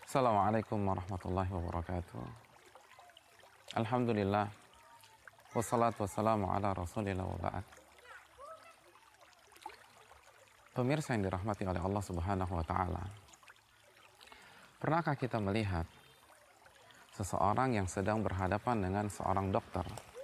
Assalamualaikum warahmatullahi wabarakatuh. Alhamdulillah, wassalatu wassalamu ala rasulillah wa ba'd. Pemirsa yang dirahmati oleh Allah subhanahu wa ta'ala, pernahkah kita melihat seseorang yang sedang berhadapan dengan seorang dokter?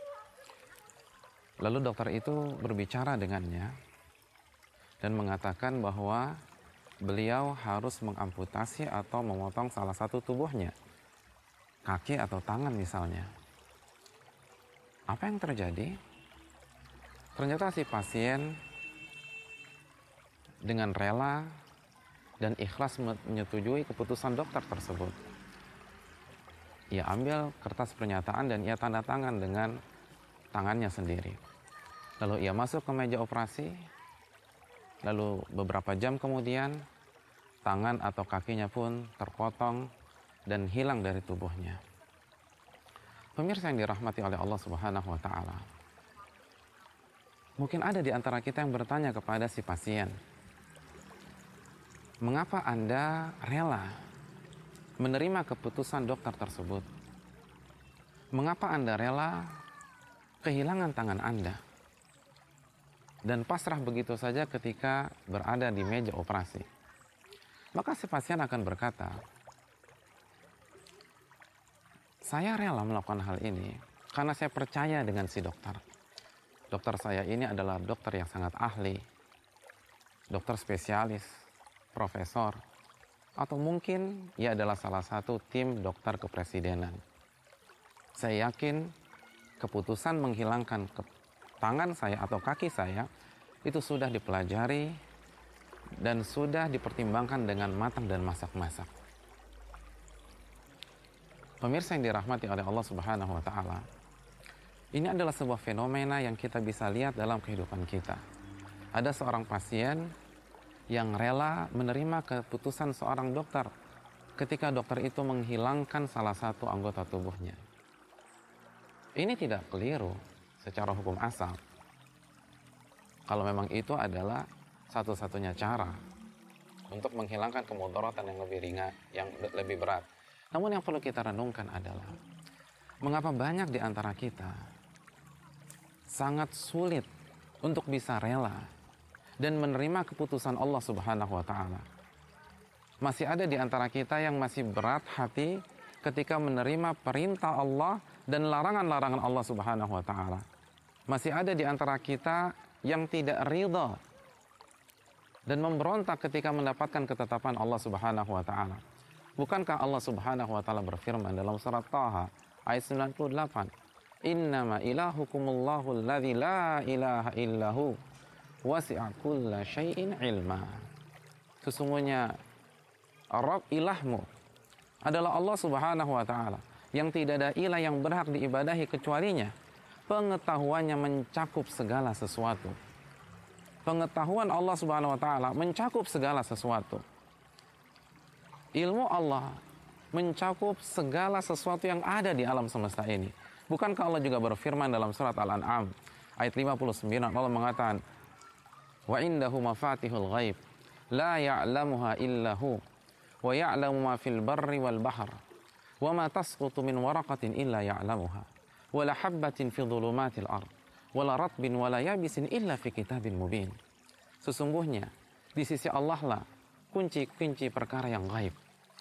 Lalu dokter itu berbicara dengannya dan mengatakan bahwa beliau harus mengamputasi atau memotong salah satu tubuhnya, kaki atau tangan misalnya. Apa yang terjadi? Ternyata si pasien dengan rela dan ikhlas menyetujui keputusan dokter tersebut. Ia ambil kertas pernyataan dan ia tanda tangan dengan tangannya sendiri. Lalu ia masuk ke meja operasi. Lalu beberapa jam kemudian, tangan atau kakinya pun terpotong dan hilang dari tubuhnya. Pemirsa yang dirahmati oleh Allah Subhanahu wa Ta'ala, mungkin ada di antara kita yang bertanya kepada si pasien, mengapa Anda rela menerima keputusan dokter tersebut? Mengapa Anda rela kehilangan tangan Anda dan pasrah begitu saja ketika berada di meja operasi? Maka si pasien akan berkata, saya rela melakukan hal ini karena saya percaya dengan si dokter. Dokter saya ini adalah dokter yang sangat ahli, dokter spesialis, profesor, atau mungkin ia adalah salah satu tim dokter kepresidenan. Saya yakin keputusan menghilangkan tangan saya atau kaki saya itu sudah dipelajari dan sudah dipertimbangkan dengan matang dan masak-masak. Pemirsa yang dirahmati oleh Allah Subhanahu wa Ta'ala, ini adalah sebuah fenomena yang kita bisa lihat dalam kehidupan kita. Ada seorang pasien yang rela menerima keputusan seorang dokter ketika dokter itu menghilangkan salah satu anggota tubuhnya. Ini tidak keliru secara hukum asal. Kalau memang itu adalah satu-satunya cara untuk menghilangkan kemudaratan yang lebih ringan, yang lebih berat. Namun yang perlu kita renungkan adalah mengapa banyak di antara kita sangat sulit untuk bisa rela dan menerima keputusan Allah Subhanahu wa Ta'ala. Masih ada di antara kita yang masih berat hati ketika menerima perintah Allah dan larangan-larangan Allah Subhanahu wa Ta'ala. Masih ada di antara kita yang tidak ridha dan memberontak ketika mendapatkan ketetapan Allah Subhanahu wa Ta'ala. Bukankah Allah Subhanahu wa Ta'ala berfirman dalam surat Taha ayat 98, "Innama ilahukumullahu alladzi la ilaha illahu wasi'a kulla syai'in ilma." Sesungguhnya Rabb ilahmu adalah Allah Subhanahu wa Ta'ala yang tidak ada ilah yang berhak diibadahi kecualinya. Pengetahuannya mencakup segala sesuatu. Pengetahuan Allah Subhanahu wa Ta'ala mencakup segala sesuatu. Ilmu Allah mencakup segala sesuatu yang ada di alam semesta ini. Bukankah Allah juga berfirman dalam surat Al-An'am ayat 59, Allah mengatakan, "Wa indahu mafatihul ghaib la ya'lamuha illahu wa ya'lamu ma fil barri wal bahr wa ma tasqutu min waraqatin illa ya'lamuha wala habbatin fi dhulumatil ard wala ratbin wala yabisin illa fi kitabin mubin." Sesungguhnya di sisi Allah lah kunci-kunci perkara yang gaib.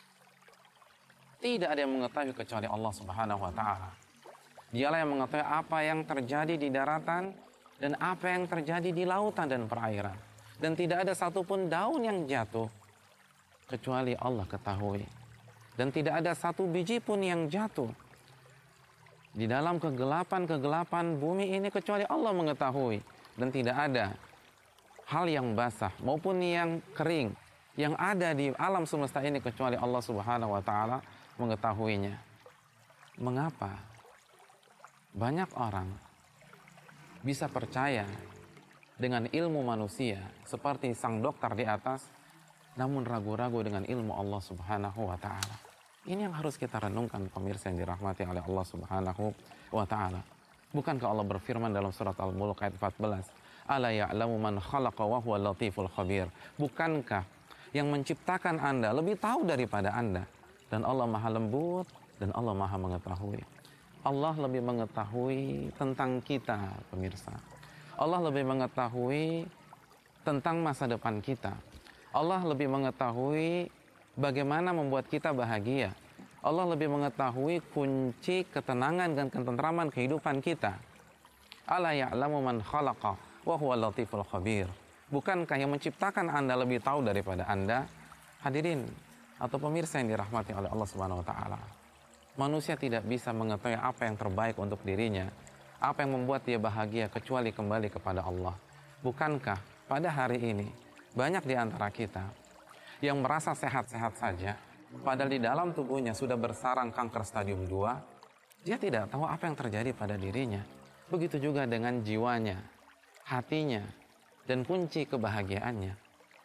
Tidak ada yang mengetahui kecuali Allah Subhanahu wa Ta'ala. Dialah yang mengetahui apa yang terjadi di daratan dan apa yang terjadi di lautan dan perairan. Dan tidak ada satupun daun yang jatuh kecuali Allah ketahui. Dan tidak ada satu biji pun yang jatuh di dalam kegelapan-kegelapan bumi ini kecuali Allah mengetahui. Dan tidak ada hal yang basah maupun yang kering yang ada di alam semesta ini kecuali Allah Subhanahu wa Ta'ala mengetahuinya. Mengapa banyak orang bisa percaya dengan ilmu manusia seperti sang dokter di atas, namun ragu-ragu dengan ilmu Allah Subhanahu wa Ta'ala? Ini yang harus kita renungkan, pemirsa yang dirahmati oleh Allah Subhanahu wa Ta'ala. Bukankah Allah berfirman dalam surat Al-Mulk ayat 14, "Ala ya'lamu man khalaqa wa huwa latiful khabir." Bukankah yang menciptakan Anda lebih tahu daripada Anda, dan Allah maha lembut, dan Allah maha mengetahui. Allah lebih mengetahui tentang kita, pemirsa. Allah lebih mengetahui tentang masa depan kita. Allah lebih mengetahui bagaimana membuat kita bahagia. Allah lebih mengetahui kunci ketenangan dan ketentraman kehidupan kita. Ala ya'lamu man khalaqa wa huwa latiful khabir. Bukankah yang menciptakan Anda lebih tahu daripada Anda? Hadirin atau pemirsa yang dirahmati oleh Allah Subhanahu wa taala. Manusia tidak bisa mengetahui apa yang terbaik untuk dirinya, apa yang membuat dia bahagia kecuali kembali kepada Allah. Bukankah pada hari ini banyak di antara kita yang merasa sehat-sehat saja, padahal di dalam tubuhnya sudah bersarang kanker stadium 2, dia tidak tahu apa yang terjadi pada dirinya. Begitu juga dengan jiwanya, hatinya, dan kunci kebahagiaannya.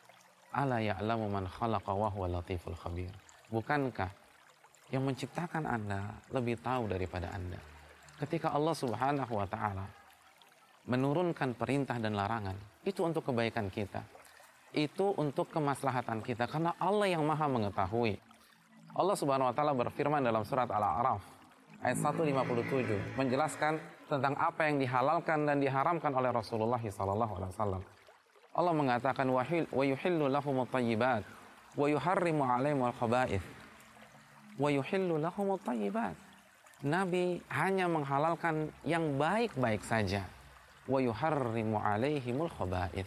Ala ya'lamu man khalaqa wa huwa latiful khabir. Bukankah yang menciptakan Anda lebih tahu daripada Anda? Ketika Allah Subhanahu wa taala menurunkan perintah dan larangan, itu untuk kebaikan kita. Itu untuk kemaslahatan kita, karena Allah yang maha mengetahui. Allah Subhanahu wa taala berfirman dalam surat Al-A'raf ayat 157 menjelaskan tentang apa yang dihalalkan dan diharamkan oleh Rasulullah SAW. Allah mengatakan wa yuhillu lahumut thayyibat wa yuharrimu 'alaihimul khaba'ith wa yuhillu lahumut thayyibat. Nabi hanya menghalalkan yang baik-baik saja. Wa yuharrimu 'alaihimul khaba'ith.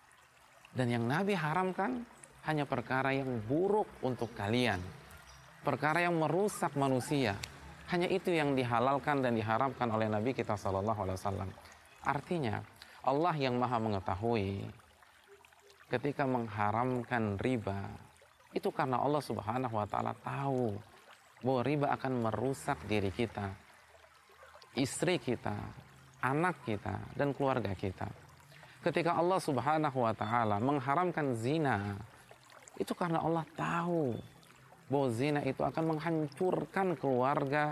Dan yang Nabi haramkan hanya perkara yang buruk untuk kalian. Perkara yang merusak manusia. Hanya itu yang dihalalkan dan diharamkan oleh Nabi kita sallallahu alaihi wasallam. Artinya, Allah yang maha mengetahui ketika mengharamkan riba, itu karena Allah Subhanahu wa taala tahu bahwa riba akan merusak diri kita, istri kita, anak kita, dan keluarga kita. Ketika Allah Subhanahu wa taala mengharamkan zina, itu karena Allah tahu bahwa zina itu akan menghancurkan keluarga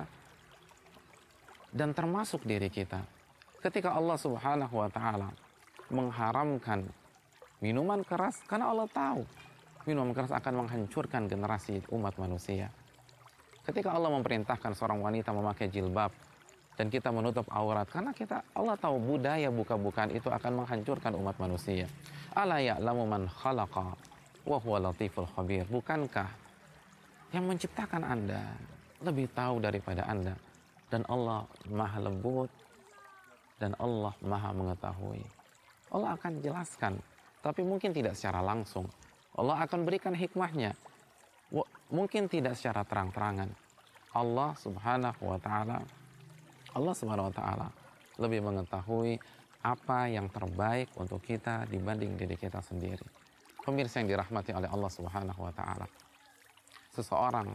dan termasuk diri kita. Ketika Allah Subhanahu wa taala mengharamkan minuman keras, karena Allah tahu minuman keras akan menghancurkan generasi umat manusia. Ketika Allah memerintahkan seorang wanita memakai jilbab dan kita menutup aurat, karena Allah tahu budaya buka-bukaan itu akan menghancurkan umat manusia. Ala ya'lamu man khalaqa wa huwa latiful khabir. Bukankah yang menciptakan Anda lebih tahu daripada Anda, dan Allah maha lembut dan Allah maha mengetahui. Allah akan jelaskan, tapi mungkin tidak secara langsung. Allah akan berikan hikmahnya, mungkin tidak secara terang-terangan. Allah Subhanahu wa taala lebih mengetahui apa yang terbaik untuk kita dibanding diri kita sendiri. Pemirsa yang dirahmati oleh Allah Subhanahu wa taala, seseorang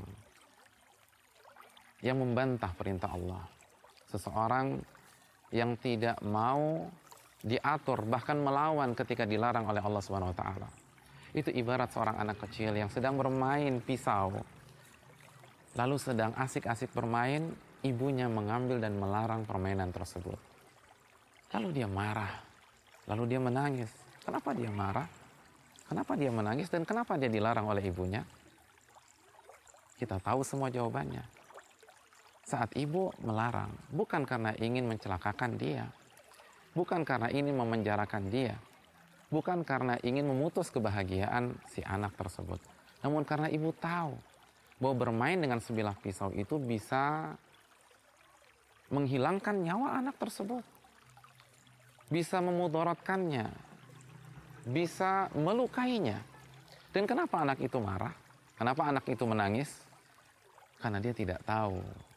yang membantah perintah Allah, seseorang yang tidak mau diatur, bahkan melawan ketika dilarang oleh Allah Subhanahu wa taala, itu ibarat seorang anak kecil yang sedang bermain pisau, lalu sedang asik-asik bermain, ibunya mengambil dan melarang permainan tersebut. Lalu dia marah, lalu dia menangis. Kenapa dia marah? Kenapa dia menangis dan kenapa dia dilarang oleh ibunya? Kita tahu semua jawabannya. Saat ibu melarang, bukan karena ingin mencelakakan dia, bukan karena ingin memenjarakan dia, bukan karena ingin memutus kebahagiaan si anak tersebut, namun karena ibu tahu bahwa bermain dengan sebilah pisau itu bisa menghilangkan nyawa anak tersebut, bisa memudaratkannya, bisa melukainya. Dan kenapa anak itu marah? Kenapa anak itu menangis? Karena dia tidak tahu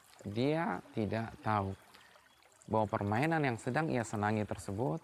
bahwa permainan yang sedang ia senangi tersebut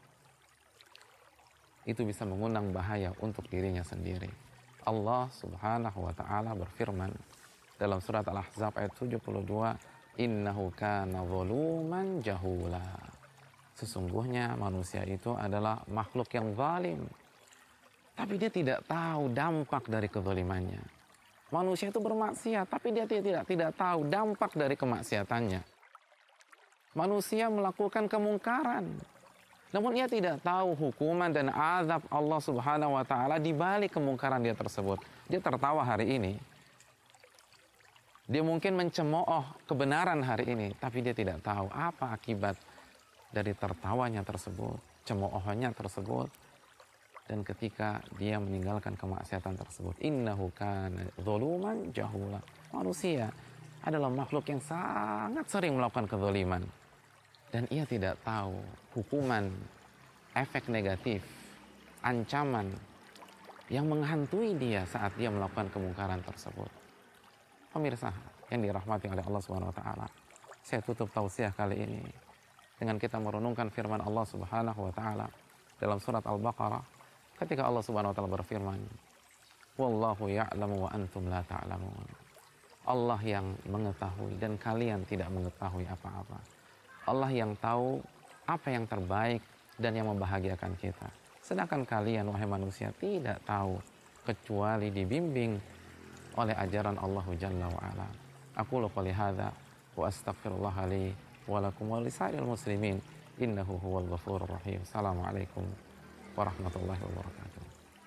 itu bisa mengundang bahaya untuk dirinya sendiri. Allah Subhanahu wa taala berfirman dalam surat Al-Ahzab ayat 72, innahu kana zaluman jahula. Sesungguhnya manusia itu adalah makhluk yang zalim, tapi dia tidak tahu dampak dari kezalimannya. Manusia itu bermaksiat, tapi dia tidak tahu dampak dari kemaksiatannya. Manusia melakukan kemungkaran, namun ia tidak tahu hukuman dan azab Allah Subhanahu wa taala di balik kemungkaran dia tersebut. Dia tertawa hari ini, Dia mungkin mencemooh kebenaran hari ini, tapi dia tidak tahu apa akibat dari tertawanya tersebut, cemoohannya tersebut. Dan ketika dia meninggalkan kemaksiatan tersebut, innahu kana zaluman jahula. Manusia adalah makhluk yang sangat sering melakukan kezaliman. Dan ia tidak tahu hukuman, efek negatif, ancaman yang menghantui dia saat dia melakukan kemungkaran tersebut. Pemirsa yang dirahmati oleh Allah Subhanahu wa taala, saya tutup tausiah kali ini dengan kita merenungkan firman Allah Subhanahu wa taala dalam surat Al-Baqarah ketika Allah Subhanahu wa taala berfirman, "Wallahu ya'lamu wa antum la ta'lamun." Allah yang mengetahui dan kalian tidak mengetahui apa-apa. Allah yang tahu apa yang terbaik dan yang membahagiakan kita. Sedangkan kalian wahai manusia tidak tahu kecuali dibimbing oleh ajaran Allah Jalla wa Ala. Aqulu qouli hadza wa astaghfirullah li wa lakum wa lisairil muslimin innahu huwal ghafurur rahim. Assalamualaikum warahmatullahi wabarakatuh.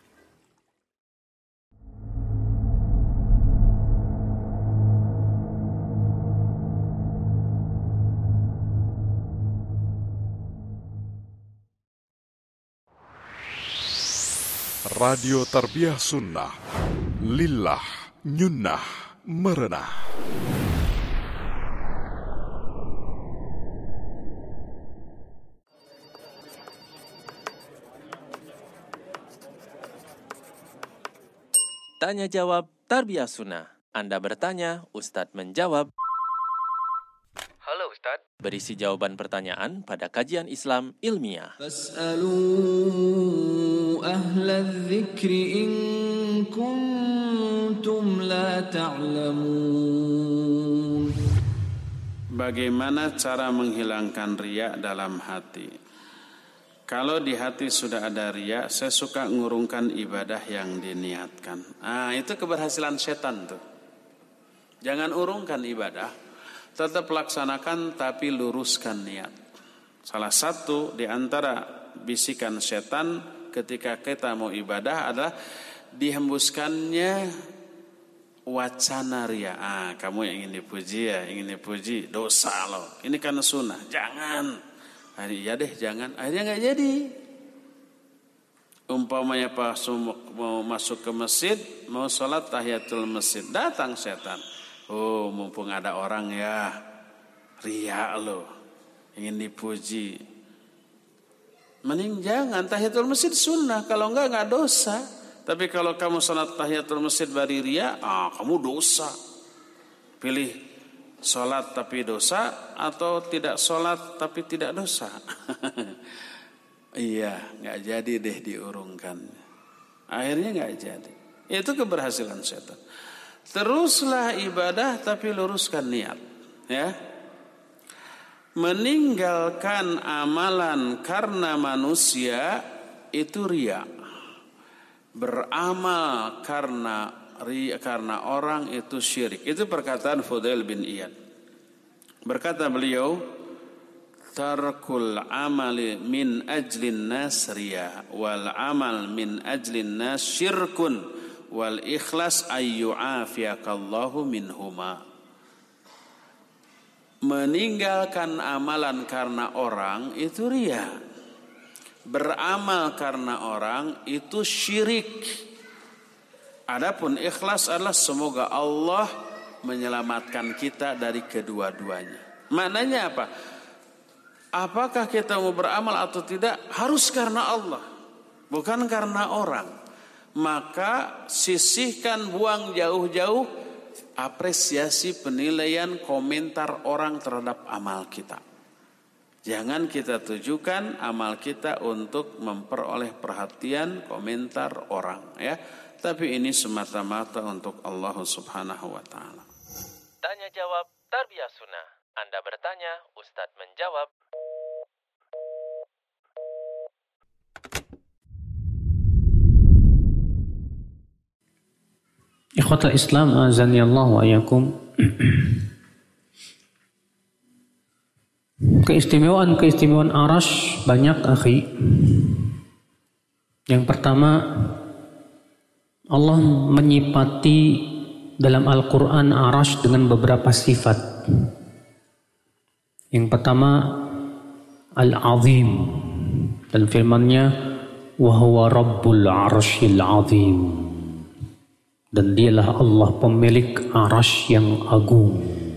Radio Tarbiyah Sunnah, lillah, nyunnah, merenah. Tanya jawab Tarbiyah Sunnah. Anda bertanya, Ustadz menjawab. Halo Ustadz. Berisi jawaban pertanyaan pada kajian Islam ilmiah. Fas'alu ahla dzikri in kuntum la ta'lamun. Bagaimana cara menghilangkan riya dalam hati? Kalau di hati sudah ada riya, saya suka ngurungkan ibadah yang diniatkan. Itu keberhasilan setan tuh. Jangan urungkan ibadah, tetap laksanakan tapi luruskan niat. Salah satu di antara bisikan setan ketika kita mau ibadah adalah dihembuskannya wacana riya. Kamu yang ingin dipuji ya, ingin dipuji, dosa loh. Ini kan sunnah, jangan. Ya deh, jangan. Akhirnya nggak jadi. Umpamanya pas mau masuk ke masjid, mau sholat tahiyatul masjid, datang setan. Oh, mumpung ada orang ya, riya lo, ingin dipuji. Mending jangan, tahiyatul masjid sunnah, kalau enggak dosa. Tapi kalau kamu sholat tahiyatul masjid bari riya, kamu dosa. Pilih sholat tapi dosa atau tidak sholat tapi tidak dosa. Iya, enggak jadi deh diurungkan. Akhirnya enggak jadi. Itu keberhasilan setan. Teruslah ibadah tapi luruskan niat, ya. Meninggalkan amalan karena manusia itu riya. Beramal karena orang itu syirik. Itu perkataan Fudail bin Iyad. Berkata beliau, tarkul amali min ajlin nas riya wal amal min ajlin nas syirkun wal ikhlas ayyu'afiyakallahu minhuma. Meninggalkan amalan karena orang itu riya. Beramal karena orang itu syirik. Adapun ikhlas adalah semoga Allah menyelamatkan kita dari kedua-duanya. Maknanya apa? Apakah kita mau beramal atau tidak harus karena Allah, bukan karena orang. Maka sisihkan, buang jauh-jauh apresiasi, penilaian, komentar orang terhadap amal kita. Jangan kita tujukan amal kita untuk memperoleh perhatian, komentar orang, ya. Tapi ini semata-mata untuk Allah Subhanahu wa taala. Tanya jawab Tarbiyah Sunnah. Anda bertanya, Ustadz menjawab. Ikhwatal Islam azanillahu wa iyyakum. Keistimewaan Arash banyak, akhi. Yang pertama, Allah menyifati dalam Al-Quran Arash dengan beberapa sifat. Yang pertama Al-Azim, dan firman-Nya wa huwa rabbul arsyil azim, dan dialah Allah pemilik Arash yang agung.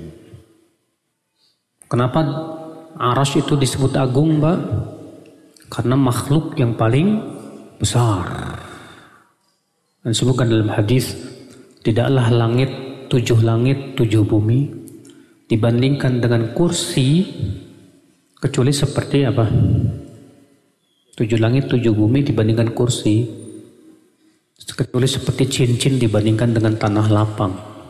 Kenapa Arash itu disebut agung, Mbak? Karena makhluk yang paling besar. Dan disebutkan dalam hadis, tidaklah langit 7 bumi dibandingkan dengan kursi kecuali seperti apa? 7 langit 7 bumi dibandingkan kursi kecuali seperti cincin dibandingkan dengan tanah lapang.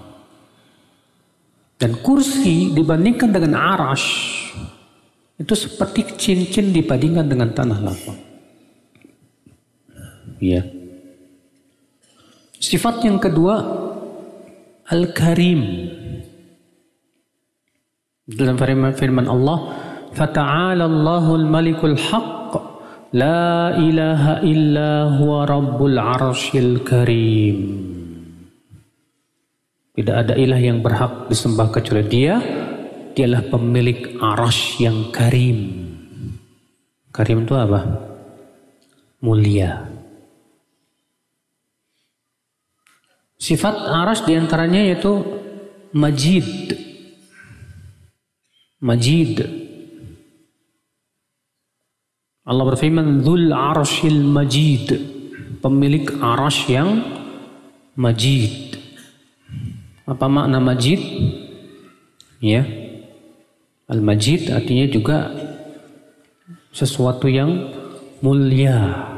Dan kursi dibandingkan dengan Arash itu seperti cincin dibandingkan dengan tanah lapang. Ya. Sifat yang kedua Al-Karim. Dalam firman Allah, "Fata'ala Allahul Malikul Haqq, la ilaha illa huwa rabbul arsyil karim." Tidak ada ilah yang berhak disembah kecuali Dia. Dialah pemilik Arash yang karim. Karim itu apa? Mulia. Sifat Arash diantaranya yaitu Majid. Majid. Allah berfirman, Dzul Arsyil Majid, pemilik Arash yang Majid. Apa makna Majid? Ya, Al-Majid artinya juga sesuatu yang mulia.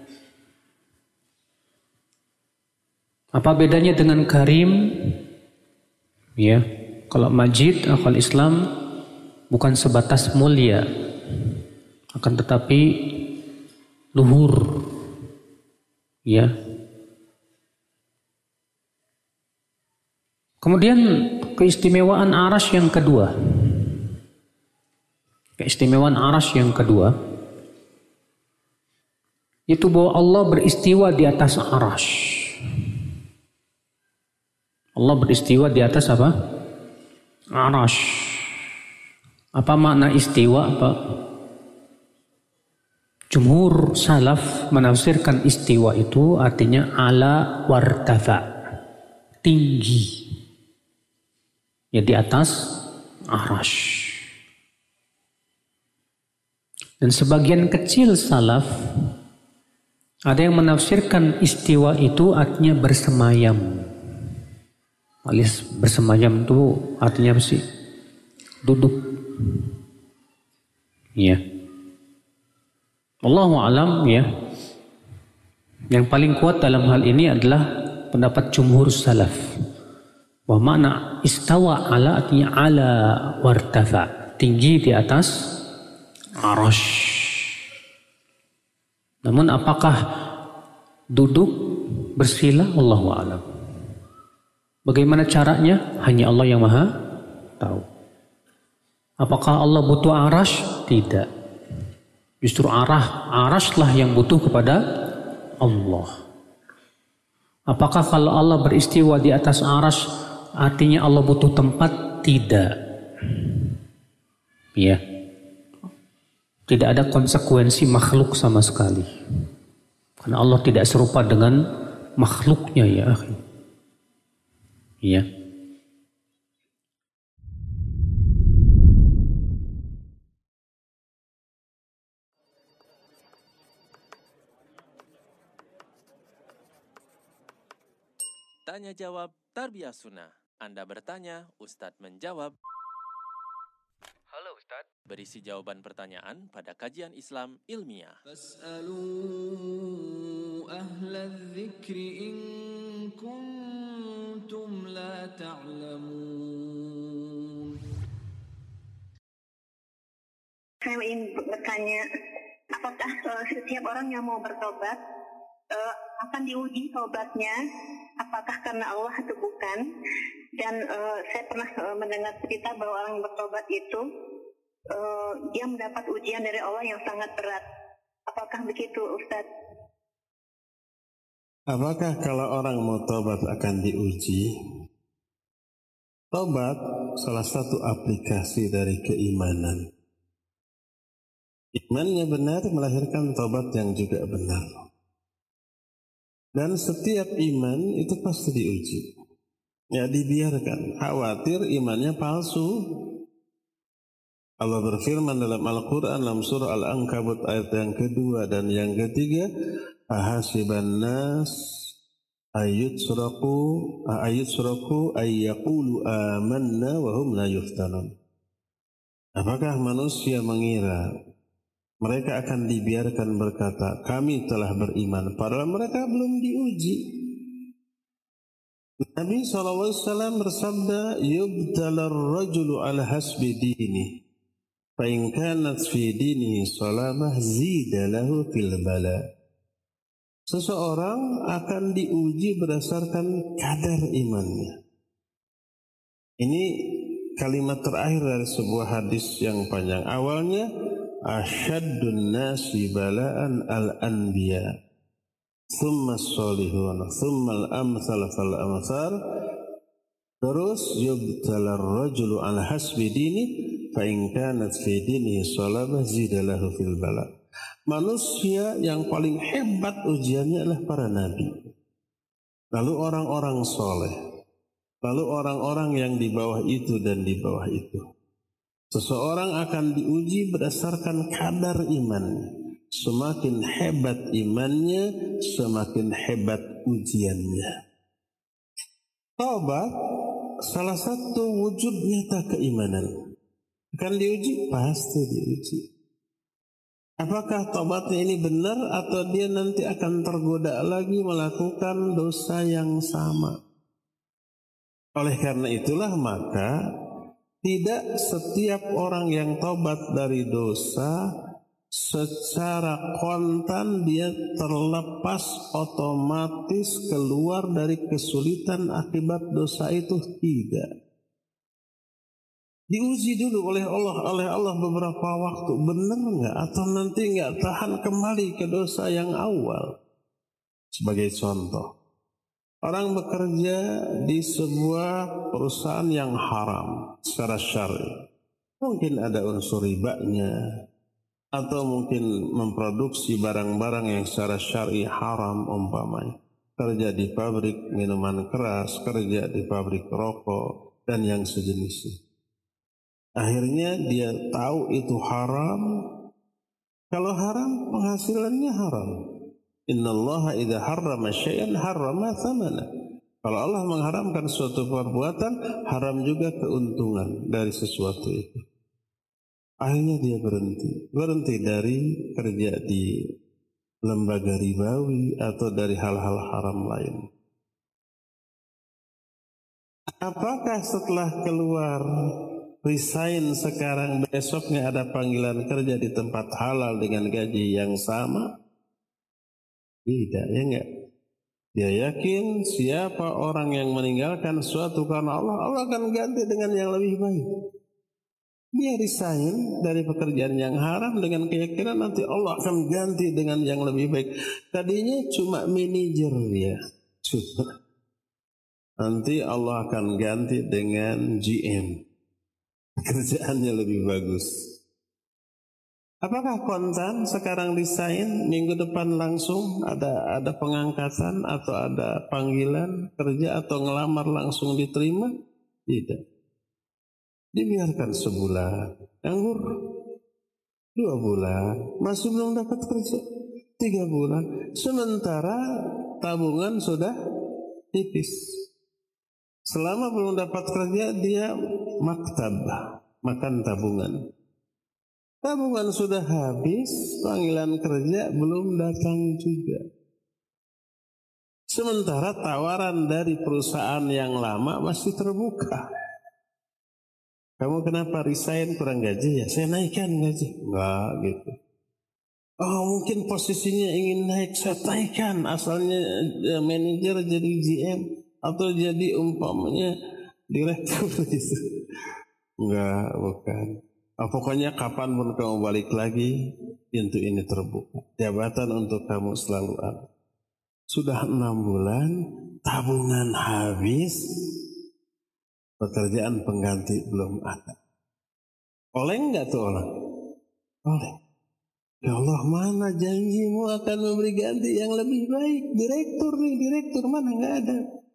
Apa bedanya dengan Karim? Ya, kalau Majid akal Islam bukan sebatas mulia, akan tetapi luhur. Ya. Kemudian keistimewaan Arash yang kedua. Keistimewaan Arash yang kedua itu bahwa Allah beristiwa di atas Arash. Allah beristiwa di atas apa? Arash. Apa makna istiwa, Pak? Jumhur salaf menafsirkan istiwa itu artinya ala wartafa, tinggi. Ya, di atas Arash. Dan sebagian kecil salaf ada yang menafsirkan istiwa itu artinya bersemayam. Alias bersemayam itu artinya apa sih? Duduk. Ya. Wallahu a'lam, ya. Yang paling kuat dalam hal ini adalah pendapat jumhur salaf. Wa makna istawa ala artinya ala wartafa, tinggi di atas Arash. Namun apakah duduk bersila? Wallahu a'lam. Bagaimana caranya? Hanya Allah yang maha tahu. Apakah Allah butuh Arash? Tidak. Justru Arash lah yang butuh kepada Allah. Apakah kalau Allah beristiwa di atas Arash artinya Allah butuh tempat? Tidak. Ya. Tidak ada konsekuensi makhluk sama sekali. Karena Allah tidak serupa dengan makhluknya, ya akhi. Ya. Tanya jawab Tarbiyah Sunnah. Anda bertanya, Ustadz menjawab. Halo Ustadz. Berisi jawaban pertanyaan pada kajian Islam ilmiah. Fas'alu ahla dzikri in kuntum la ta'lamun. Saya ingin bertanya, apakah setiap orang yang mau bertobat akan diuji tobatnya, apakah karena Allah atau bukan? Dan saya pernah mendengar cerita bahwa orang yang bertobat itu dia mendapat ujian dari Allah yang sangat berat. Apakah begitu, Ustaz? Apakah kalau orang mau tobat akan diuji? Tobat salah satu aplikasi dari keimanan. Imannya benar melahirkan tobat yang juga benar. Dan setiap iman itu pasti diuji. Ya dibiarkan, khawatir imannya palsu. Allah berfirman dalam Al-Quran dalam surah Al-Ankabut ayat yang kedua dan yang ketiga, ahasiban nas ayyutsraku ayyaqulu amanna wa hum la yuftanun. Apakah manusia mengira mereka akan dibiarkan berkata kami telah beriman padahal mereka belum diuji? Nabi SAW bersabda, yubtalar rajulu ala hasbi dini fa in kanat fi dinihi salamah zida lahu fil bala. Seseorang akan diuji berdasarkan kadar imannya. Ini kalimat terakhir dari sebuah hadis yang panjang. Awalnya, asyaddun nasi bala'an al-anbiya, thumma as-salihun, thumma al-amthal fal-amthal. Terus, yubtalar rajulu ala hasbi dini, fa in kanat fi dinihi salamah zida lahu fil bala'. Manusia yang paling hebat ujiannya adalah para nabi. Lalu orang-orang soleh. Lalu orang-orang yang di bawah itu dan di bawah itu. Seseorang akan diuji berdasarkan kadar imannya. Semakin hebat imannya, semakin hebat ujiannya. Taubat salah satu wujud nyata keimanan. Akan diuji? Pasti diuji. Apakah taubatnya ini benar atau dia nanti akan tergoda lagi melakukan dosa yang sama? Oleh karena itulah maka tidak setiap orang yang taubat dari dosa secara kontan dia terlepas otomatis keluar dari kesulitan akibat dosa itu, tidak. Diuji dulu oleh Allah beberapa waktu, benar nggak atau nanti nggak tahan kembali ke dosa yang awal. Sebagai contoh, orang bekerja di sebuah perusahaan yang haram secara syar'i, mungkin ada unsur ribanya, atau mungkin memproduksi barang-barang yang secara syar'i haram umpamanya. Kerja di pabrik minuman keras, kerja di pabrik rokok dan yang sejenisnya. Akhirnya dia tahu itu haram. Kalau haram, penghasilannya haram. Innallaha idza harrama syai'an harrama thamana. Kalau Allah mengharamkan suatu perbuatan, haram juga keuntungan dari sesuatu itu. Akhirnya dia berhenti dari kerja di lembaga ribawi atau dari hal-hal haram lain. Apakah setelah keluar resign sekarang besoknya ada panggilan kerja di tempat halal dengan gaji yang sama? Tidak, ya enggak. Dia yakin siapa orang yang meninggalkan suatu karena Allah, Allah akan ganti dengan yang lebih baik. Dia resign dari pekerjaan yang haram dengan keyakinan nanti Allah akan ganti dengan yang lebih baik. Tadinya cuma manajer dia, nanti Allah akan ganti dengan GM. Kerjaannya lebih bagus. Apakah kontan sekarang resign, minggu depan langsung ada pengangkatan atau ada panggilan kerja atau ngelamar langsung diterima? Tidak. Dibiarkan sebulan, nganggur 2 bulan, masih belum dapat kerja 3 bulan. Sementara tabungan sudah tipis. Selama belum dapat kerja dia maktab, makan tabungan. Tabungan sudah habis, panggilan kerja belum datang juga. Sementara tawaran dari perusahaan yang lama masih terbuka. Kamu kenapa resign, kurang gaji ya? Saya naikkan gaji. Enggak gitu. Oh mungkin posisinya ingin naik, saya naikkan. Asalnya manajer jadi GM atau jadi umpamanya direktur gitu. Enggak, bukan. Pokoknya kapanpun kamu balik lagi, pintu ini terbuka. Jabatan untuk kamu selalu ada. Sudah 6 bulan, tabungan habis, Pekerjaan pengganti belum ada. Oleh enggak tuh orang? Oleh. Ya Allah, mana janjimu akan memberi ganti yang lebih baik? Direktur mana? Enggak ada.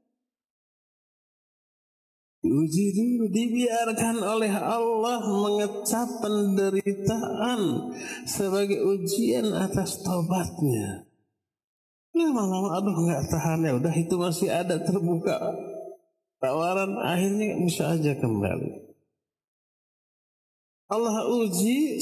Diuji dulu, dibiarkan oleh Allah mengecap penderitaan sebagai ujian atas taubatnya. Lama-lama aduh nggak tahan, ya udah itu masih ada terbuka tawaran, akhirnya bisa aja kembali. Allah uji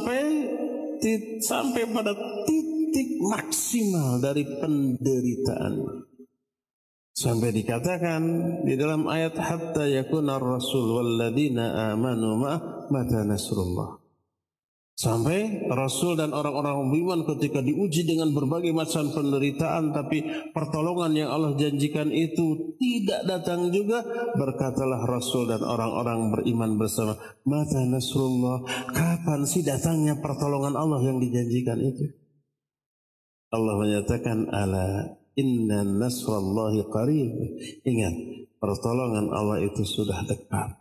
sampai pada titik maksimal dari penderitaan. Sampai dikatakan di dalam ayat hatta yakuna ar-rasul walladzina amanu mata nasrullah. Sampai Rasul dan orang-orang beriman ketika diuji dengan berbagai macam penderitaan, tapi pertolongan yang Allah janjikan itu tidak datang juga, berkatalah Rasul dan orang-orang beriman bersama, mata nasrullah, kapan sih datangnya pertolongan Allah yang dijanjikan itu? Allah menyatakan, ala inna nasrallahi qarib. Ingat, pertolongan Allah itu sudah dekat.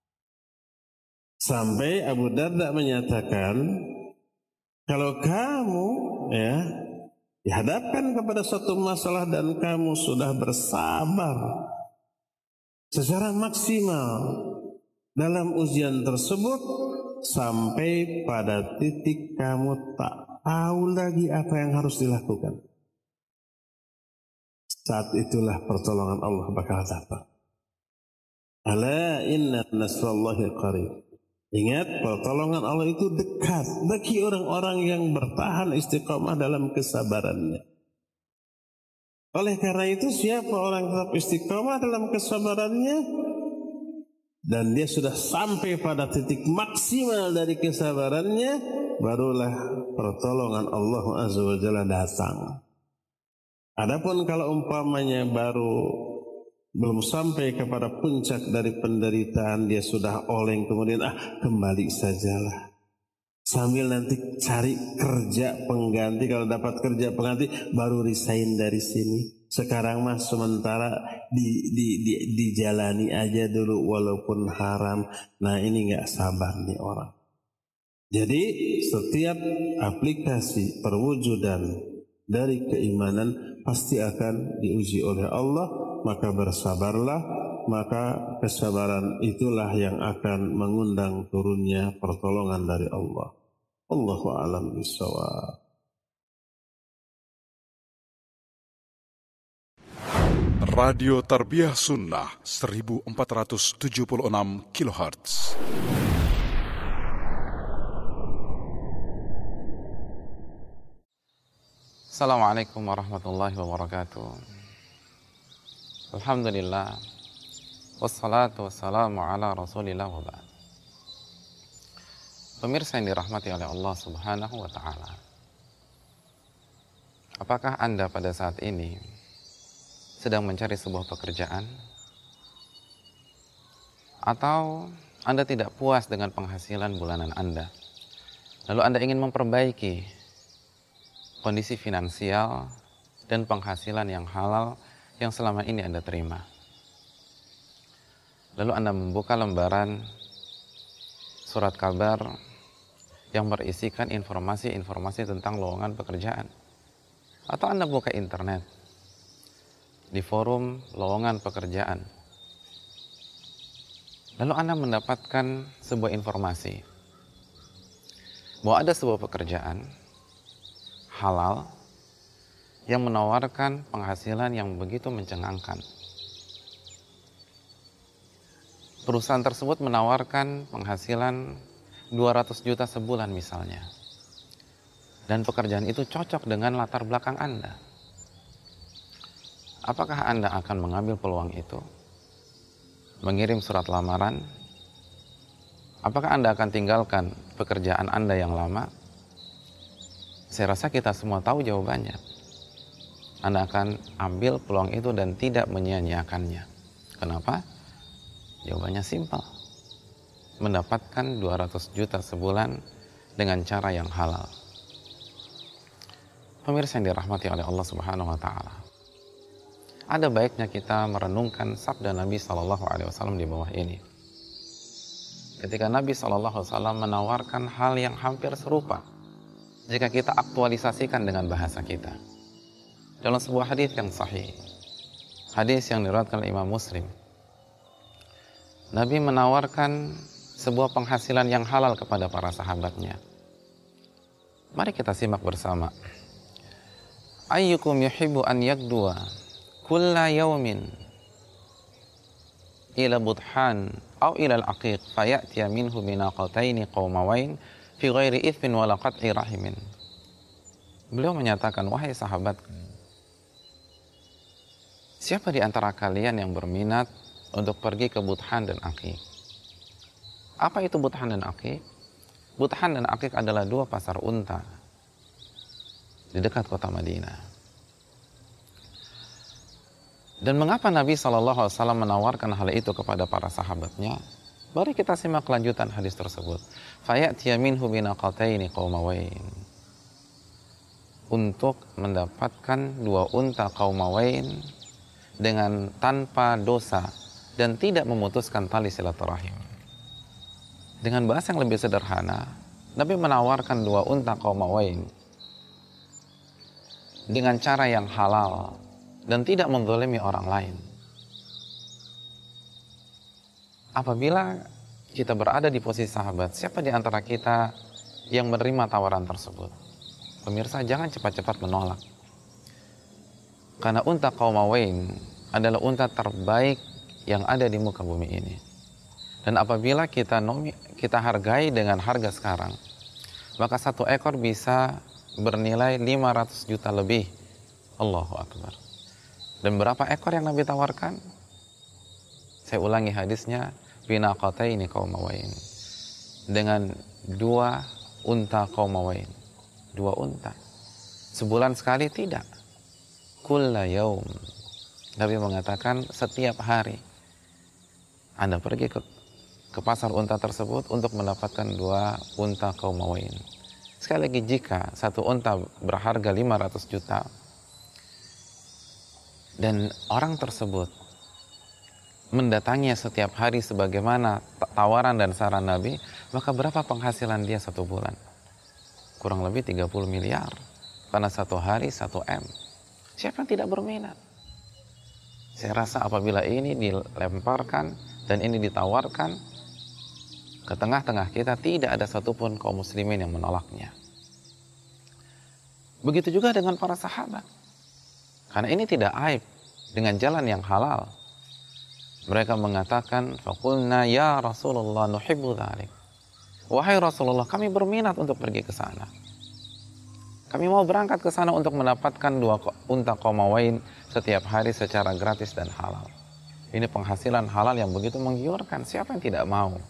Sampai Abu Darda menyatakan, kalau kamu dihadapkan kepada suatu masalah dan kamu sudah bersabar secara maksimal dalam ujian tersebut, sampai pada titik kamu tak tahu lagi apa yang harus dilakukan, saat itulah pertolongan Allah bakal datang. Ala inna nasrallahi qarib. Ingat, pertolongan Allah itu dekat bagi orang-orang yang bertahan istiqamah dalam kesabarannya. Oleh karena itu, siapa orang tetap istiqamah dalam kesabarannya dan dia sudah sampai pada titik maksimal dari kesabarannya, barulah pertolongan Allah Azza wa Jalla datang. Adapun kalau umpamanya belum sampai kepada puncak dari penderitaan, dia sudah oleng, kemudian kembali sajalah, sambil nanti cari kerja pengganti, kalau dapat kerja pengganti baru resign dari sini. Sekarang mah sementara dijalani aja dulu walaupun haram. Nah, ini nggak sabar nih orang. Jadi setiap aplikasi perwujudan dari keimanan pasti akan diuji oleh Allah. Maka bersabarlah, maka kesabaran itulah yang akan mengundang turunnya pertolongan dari Allah. Allahu a'lam bishawab. Radio Tarbiyah Sunnah 1476 kHz. Assalamualaikum warahmatullahi wabarakatuh. Alhamdulillah, wassalatu wassalamu ala rasulillah wa ba'd. Pemirsa yang dirahmati oleh Allah subhanahu wa ta'ala, apakah Anda pada saat ini sedang mencari sebuah pekerjaan? Atau Anda tidak puas dengan penghasilan bulanan Anda, lalu Anda ingin memperbaiki kondisi finansial dan penghasilan yang halal yang selama ini Anda terima. Lalu Anda membuka lembaran surat kabar yang berisikan informasi-informasi tentang lowongan pekerjaan. Atau Anda buka internet di forum lowongan pekerjaan. Lalu Anda mendapatkan sebuah informasi bahwa ada sebuah pekerjaan halal yang menawarkan penghasilan yang begitu mencengangkan. Perusahaan tersebut menawarkan penghasilan 200 juta sebulan misalnya. Dan pekerjaan itu cocok dengan latar belakang Anda. Apakah Anda akan mengambil peluang itu? Mengirim surat lamaran? Apakah Anda akan tinggalkan pekerjaan Anda yang lama? Saya rasa kita semua tahu jawabannya. Anda akan ambil peluang itu dan tidak menyia-nyiakannya. Kenapa? Jawabannya simpel. Mendapatkan 200 juta sebulan dengan cara yang halal. Pemirsa yang dirahmati oleh Allah Subhanahu wa taala. ada baiknya kita merenungkan sabda Nabi SAW di bawah ini. Ketika Nabi SAW menawarkan hal yang hampir serupa, jika kita aktualisasikan dengan bahasa kita. Dalam sebuah hadis yang sahih, hadis yang diriwayatkan oleh Imam Muslim, Nabi menawarkan sebuah penghasilan yang halal kepada para sahabatnya. Mari kita simak bersama. Ayyukum yuhibbu an yakdua kulla yawmin ila budhan aw ila al-aqiq fayatiya minhu binaqataini qawmawain fi ghairi ithmin wala qat'i rahimin. Beliau menyatakan, wahai sahabat, siapa di antara kalian yang berminat untuk pergi ke Budhan dan Aqiq? Apa itu Budhan dan Aqiq? Budhan dan Aqiq adalah dua pasar unta di dekat kota Madinah. Dan mengapa Nabi SAW menawarkan hal itu kepada para sahabatnya? Mari kita simak kelanjutan hadis tersebut. Fayatiya minhu binaqataini qaumawain. Untuk mendapatkan dua unta qaumawain dengan tanpa dosa dan tidak memutuskan tali silaturahim. Dengan bahasa yang lebih sederhana, Nabi menawarkan dua unta qaumawain dengan cara yang halal dan tidak menzalimi orang lain. Apabila kita berada di posisi sahabat, siapa di antara kita yang menerima tawaran tersebut? Pemirsa, jangan cepat-cepat menolak. Karena unta qaumawain adalah unta terbaik yang ada di muka bumi ini. Dan apabila kita hargai dengan harga sekarang, maka satu ekor bisa bernilai 500 juta lebih. Allahu Akbar. Dan berapa ekor yang Nabi tawarkan? Saya ulangi hadisnya, binaqataini qaumawain. Dengan dua unta qaumawain. Dua unta. Sebulan sekali tidak. Kulla yaum. Nabi mengatakan setiap hari Anda pergi ke pasar unta tersebut untuk mendapatkan dua unta qaumawain. Sekali lagi, jika satu unta berharga 500 juta dan orang tersebut mendatanginya setiap hari sebagaimana tawaran dan saran Nabi, maka berapa penghasilan dia satu bulan? Kurang lebih 30 miliar. Karena satu hari 1 M. Siapa yang tidak berminat? Saya rasa apabila ini dilemparkan dan ini ditawarkan ke tengah-tengah kita, tidak ada satupun kaum muslimin yang menolaknya. Begitu juga dengan para sahabat. Karena ini tidak aib, dengan jalan yang halal. Mereka mengatakan, faqulna ya Rasulullah nuhibbu dzalik. Wahai Rasulullah, kami berminat untuk pergi ke sana. Kami mau berangkat ke sana untuk mendapatkan dua unta qaumawain setiap hari secara gratis dan halal. Ini penghasilan halal yang begitu menggiurkan. Siapa yang tidak mau?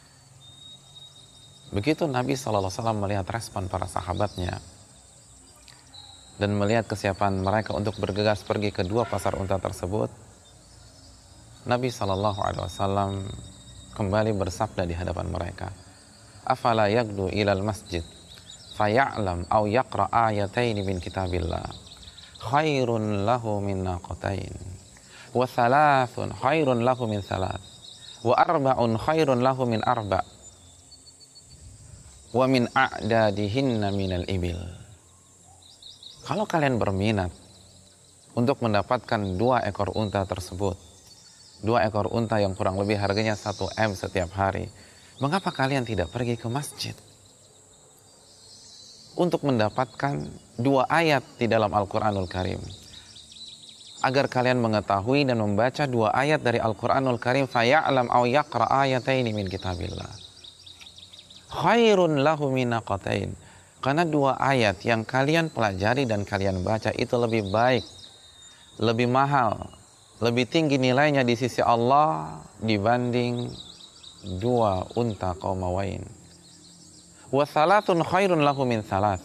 Begitu Nabi SAW melihat respon para sahabatnya dan melihat kesiapan mereka untuk bergegas pergi ke dua pasar unta tersebut, Nabi SAW kembali bersabda di hadapan mereka, afala yagdu ilal masjid faya'lam aw yaqra ayataini min kitabillah khairun lahu min naqatain wa thalathun khairun lahu min thalath wa arba'un khairun lahu min arba' wa min a'dadihinna minal ibil. Kalau kalian berminat untuk mendapatkan dua ekor unta tersebut, dua ekor unta yang kurang lebih harganya 1 M setiap hari, mengapa kalian tidak pergi ke masjid untuk mendapatkan dua ayat di dalam Al-Quranul Karim, agar kalian mengetahui dan membaca dua ayat dari Al-Quranul Karim, faya'lam aw yaqra ayataini min kitabillah khairun lahu min naqatain. Karena dua ayat yang kalian pelajari dan kalian baca itu lebih baik, lebih mahal, lebih tinggi nilainya di sisi Allah dibanding dua unta qaumawain. Wa salatun khairun lahu min salat.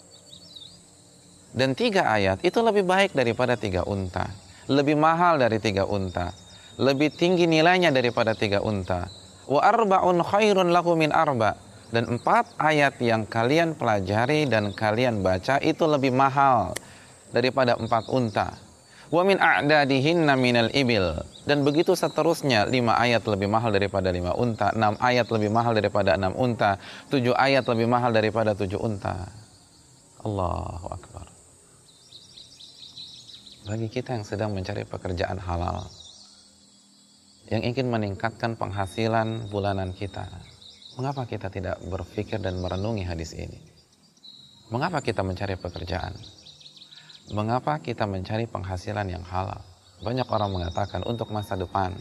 Dan 3 ayat itu lebih baik daripada 3 unta, lebih mahal dari 3 unta, lebih tinggi nilainya daripada 3 unta. Wa arba'un khairun lahu min arba'. Dan 4 ayat yang kalian pelajari dan kalian baca itu lebih mahal daripada 4 unta. Wa min a'dadihinna minal ibil. Dan begitu seterusnya, 5 ayat lebih mahal daripada 5 unta, 6 ayat lebih mahal daripada 6 unta, 7 ayat lebih mahal daripada 7 unta. Allahu Akbar. Bagi kita yang sedang mencari pekerjaan halal, yang ingin meningkatkan penghasilan bulanan kita, mengapa kita tidak berpikir dan merenungi hadis ini? Mengapa kita mencari pekerjaan? Mengapa kita mencari penghasilan yang halal? Banyak orang mengatakan untuk masa depan.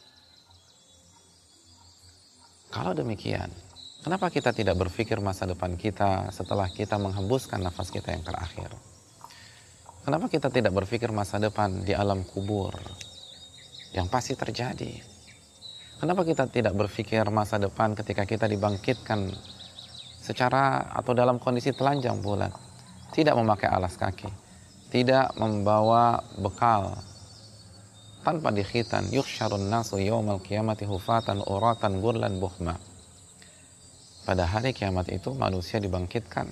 Kalau demikian, kenapa kita tidak berpikir masa depan kita setelah kita menghembuskan nafas kita yang terakhir? Kenapa kita tidak berpikir masa depan di alam kubur yang pasti terjadi? Kenapa kita tidak berpikir masa depan ketika kita dibangkitkan secara atau dalam kondisi telanjang bulat, tidak memakai alas kaki, tidak membawa bekal, tanpa dikhitan, yuhsyarun nasu yawmal qiyamati hufatan uratan gurlan buhma. Pada hari kiamat itu manusia dibangkitkan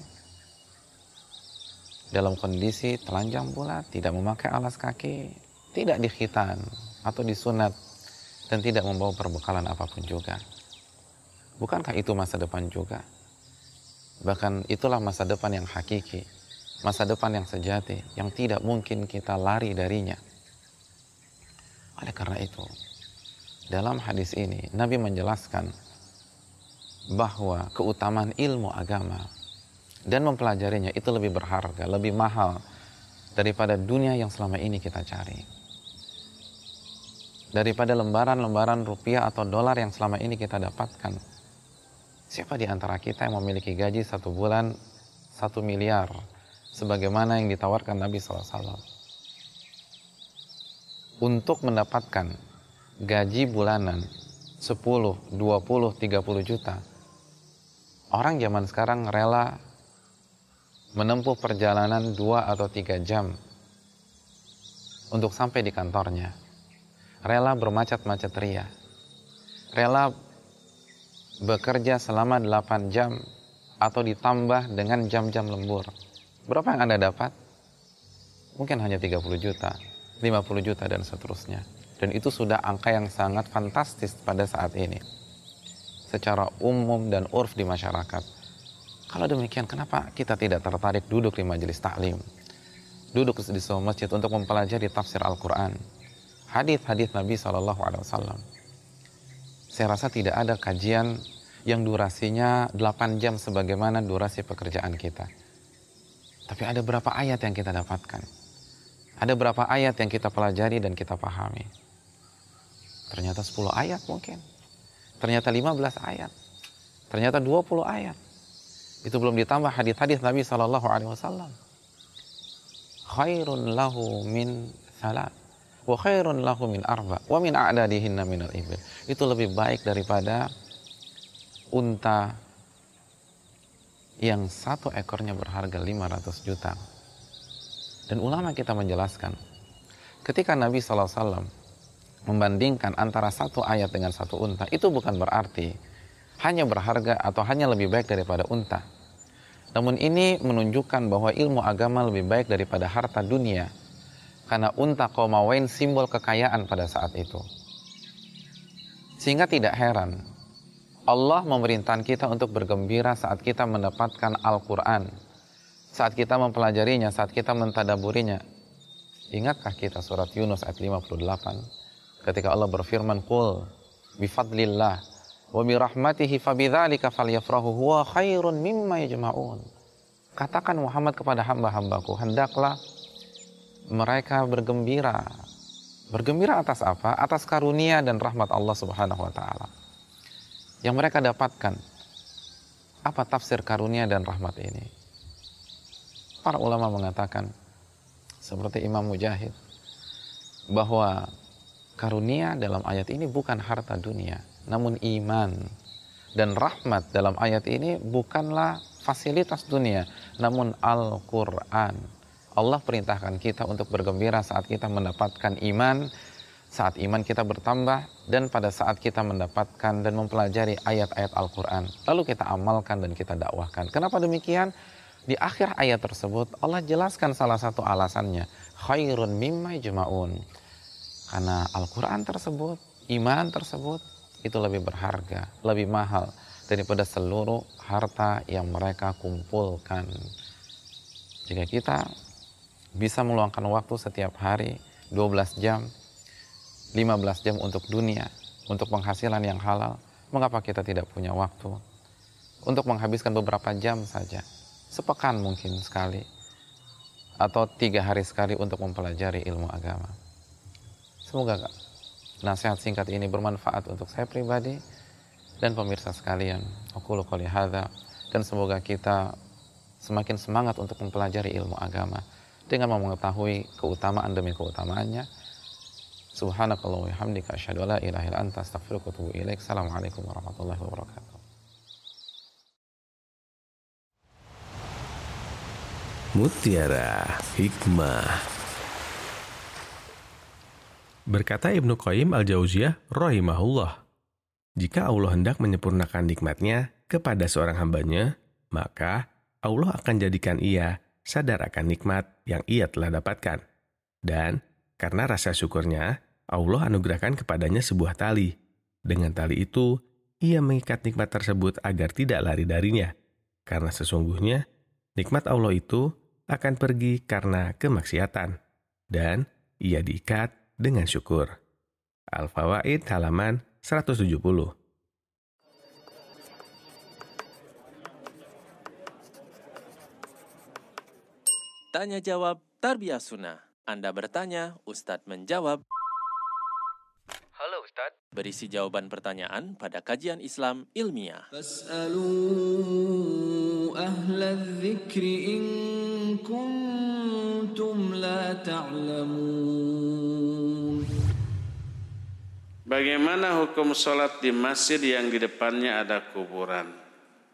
dalam kondisi telanjang bulat, tidak memakai alas kaki, tidak dikhitan atau disunat, dan tidak membawa perbekalan apapun juga. Bukankah itu masa depan juga? Bahkan itulah masa depan yang hakiki, masa depan yang sejati, yang tidak mungkin kita lari darinya. Oleh karena itu, dalam hadis ini Nabi menjelaskan bahwa keutamaan ilmu agama dan mempelajarinya itu lebih berharga, lebih mahal daripada dunia yang selama ini kita cari, daripada lembaran-lembaran rupiah atau dolar yang selama ini kita dapatkan. Siapa di antara kita yang memiliki gaji 1 bulan 1 miliar sebagaimana yang ditawarkan Nabi SAW? Untuk mendapatkan gaji bulanan 10, 20, 30 juta, orang zaman sekarang rela menempuh perjalanan 2 atau 3 jam untuk sampai di kantornya. Rela bermacet-macet ria. Rela bekerja selama 8 jam atau ditambah dengan jam-jam lembur. Berapa yang Anda dapat? Mungkin hanya 30 juta, 50 juta dan seterusnya. Dan itu sudah angka yang sangat fantastis pada saat ini, secara umum dan urf di masyarakat. Kalau demikian, kenapa kita tidak tertarik duduk di majelis taklim, duduk di sebuah masjid untuk mempelajari tafsir Al-Quran, hadis-hadis Nabi SAW? Saya rasa tidak ada kajian yang durasinya 8 jam sebagaimana durasi pekerjaan kita. Tapi ada berapa ayat yang kita dapatkan? Ada berapa ayat yang kita pelajari dan kita pahami? Ternyata 10 ayat mungkin. Ternyata 15 ayat. Ternyata 20 ayat. Itu belum ditambah hadis-hadis Nabi SAW. Khairun lahu min salat, wa khairun lahu min arba, wa min a'dadihinna minal ibil. Itu lebih baik daripada unta yang 1 ekornya berharga 500 juta. Dan ulama kita menjelaskan, ketika Nabi SAW membandingkan antara 1 ayat dengan 1 unta, itu bukan berarti hanya berharga atau hanya lebih baik daripada unta. Namun ini menunjukkan bahwa ilmu agama lebih baik daripada harta dunia, karena unta qaumawain simbol kekayaan pada saat itu. Sehingga tidak heran Allah memerintahkan kita untuk bergembira saat kita mendapatkan Al-Quran, saat kita mempelajarinya, saat kita mentadaburinya. Ingatkah kita surat Yunus ayat 58 ketika Allah berfirman, qul bifadlillah wa birahmatihi fabidzalika falyafrahu huwa khairun mimma yajma'un. Katakan Muhammad kepada hamba-hambaku, hendaklah mereka bergembira. Bergembira atas apa? Atas karunia dan rahmat Allah Subhanahu wa taala yang mereka dapatkan. Apa tafsir karunia dan rahmat ini? Para ulama mengatakan, seperti Imam Mujahid, bahwa karunia dalam ayat ini bukan harta dunia, namun iman. Dan rahmat dalam ayat ini bukanlah fasilitas dunia, namun Al-Quran. Allah perintahkan kita untuk bergembira saat kita mendapatkan iman, saat iman kita bertambah, dan pada saat kita mendapatkan dan mempelajari ayat-ayat Al-Quran. Lalu kita amalkan dan kita dakwahkan. Kenapa demikian? Di akhir ayat tersebut Allah jelaskan salah satu alasannya. khairun mimma yajma'un. Karena Al-Quran tersebut, iman tersebut itu lebih berharga, lebih mahal daripada seluruh harta yang mereka kumpulkan. Jika kita bisa meluangkan waktu setiap hari 12 jam, 15 jam untuk dunia, untuk penghasilan yang halal, mengapa kita tidak punya waktu untuk menghabiskan beberapa jam saja, sepekan mungkin sekali, atau 3 hari sekali untuk mempelajari ilmu agama. Semoga nasihat singkat ini bermanfaat untuk saya pribadi dan pemirsa sekalian. Aqulu qouli hadza, dan semoga kita semakin semangat untuk mempelajari ilmu agama dengan mengetahui keutamaan demi keutamaannya. Subhanakallah wa bihamdika asyhadu an la ilaha illa anta astaghfiruka wa atubu ilaik. Assalamualaikum warahmatullahi wabarakatuh. Mutiara Hikmah. Berkata Ibnu Qayyim al-Jauziyah rahimahullah, jika Allah hendak menyempurnakan nikmatnya kepada seorang hambanya, maka Allah akan jadikan ia sadar akan nikmat yang ia telah dapatkan. Dan karena rasa syukurnya, Allah anugerahkan kepadanya sebuah tali. Dengan tali itu, ia mengikat nikmat tersebut agar tidak lari darinya. Karena sesungguhnya, nikmat Allah itu akan pergi karena kemaksiatan. Dan ia diikat dengan syukur. Al-Fawaid halaman 170. Tanya jawab Tarbiyah Sunnah. Anda bertanya, Ustadz menjawab. Halo Ustadz. Berisi jawaban pertanyaan pada kajian Islam ilmiah. Fas'alu ahla dzikri in kuntum la ta'lamun. Bagaimana hukum sholat di masjid yang di depannya ada kuburan?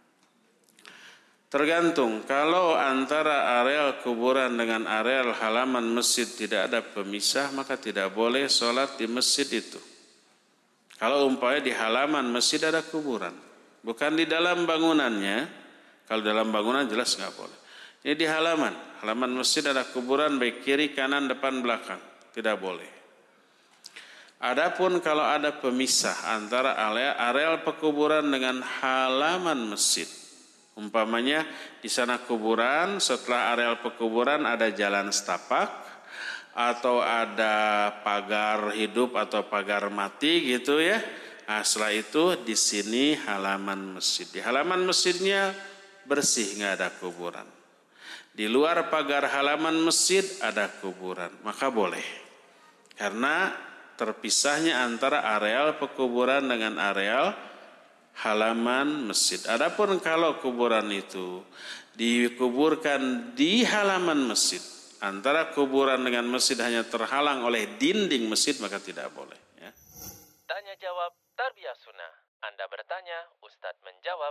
Tergantung, kalau antara areal kuburan dengan areal halaman masjid tidak ada pemisah, maka tidak boleh sholat di masjid itu. Kalau umpamanya di halaman masjid ada kuburan, bukan di dalam bangunannya. Kalau dalam bangunan jelas nggak boleh. Ini di halaman masjid ada kuburan baik kiri, kanan, depan, belakang, tidak boleh. Adapun kalau ada pemisah antara areal pekuburan dengan halaman masjid, umpamanya di sana kuburan, setelah areal pekuburan ada jalan setapak atau ada pagar hidup atau pagar mati gitu ya. Nah, setelah itu di sini halaman masjid. Di halaman masjidnya bersih, nggak ada kuburan. Di luar pagar halaman masjid ada kuburan, maka boleh. Karena terpisahnya antara areal pekuburan dengan areal halaman masjid. Adapun kalau kuburan itu dikuburkan di halaman masjid, antara kuburan dengan masjid hanya terhalang oleh dinding masjid, maka tidak boleh. Ya. Tanya jawab Tarbiyah Sunnah. Anda bertanya, Ustadz menjawab.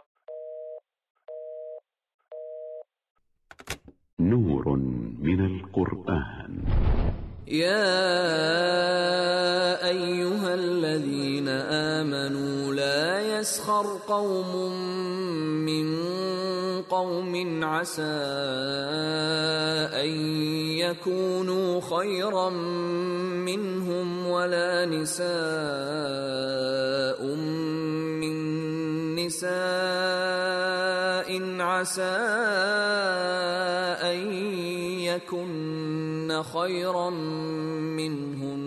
Nurun minal Qur'an. يا أيها الذين آمنوا لا يسخر قوم من قوم عسى أن يكونوا خيرا منهم ولا نساء من نساء عسى أن يكن خيرا منهن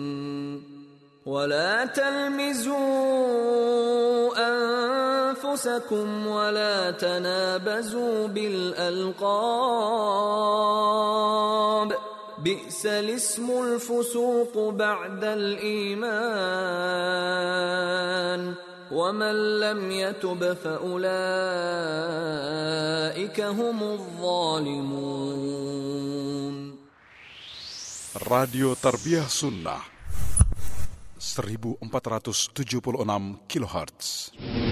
ولا تلمزوا أنفسكم ولا تنابزوا بالألقاب بئس الاسم الفسوق بعد الإيمان ومن لم يتب فأولئك هم الظالمون. Radio Tarbiyah Sunnah 1476 kHz.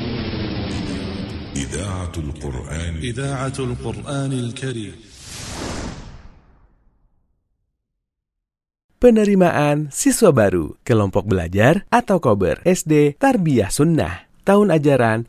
إذاعة القرآن الكريم. Penerimaan siswa baru kelompok belajar atau Kober SD Tarbiyah Sunnah tahun ajaran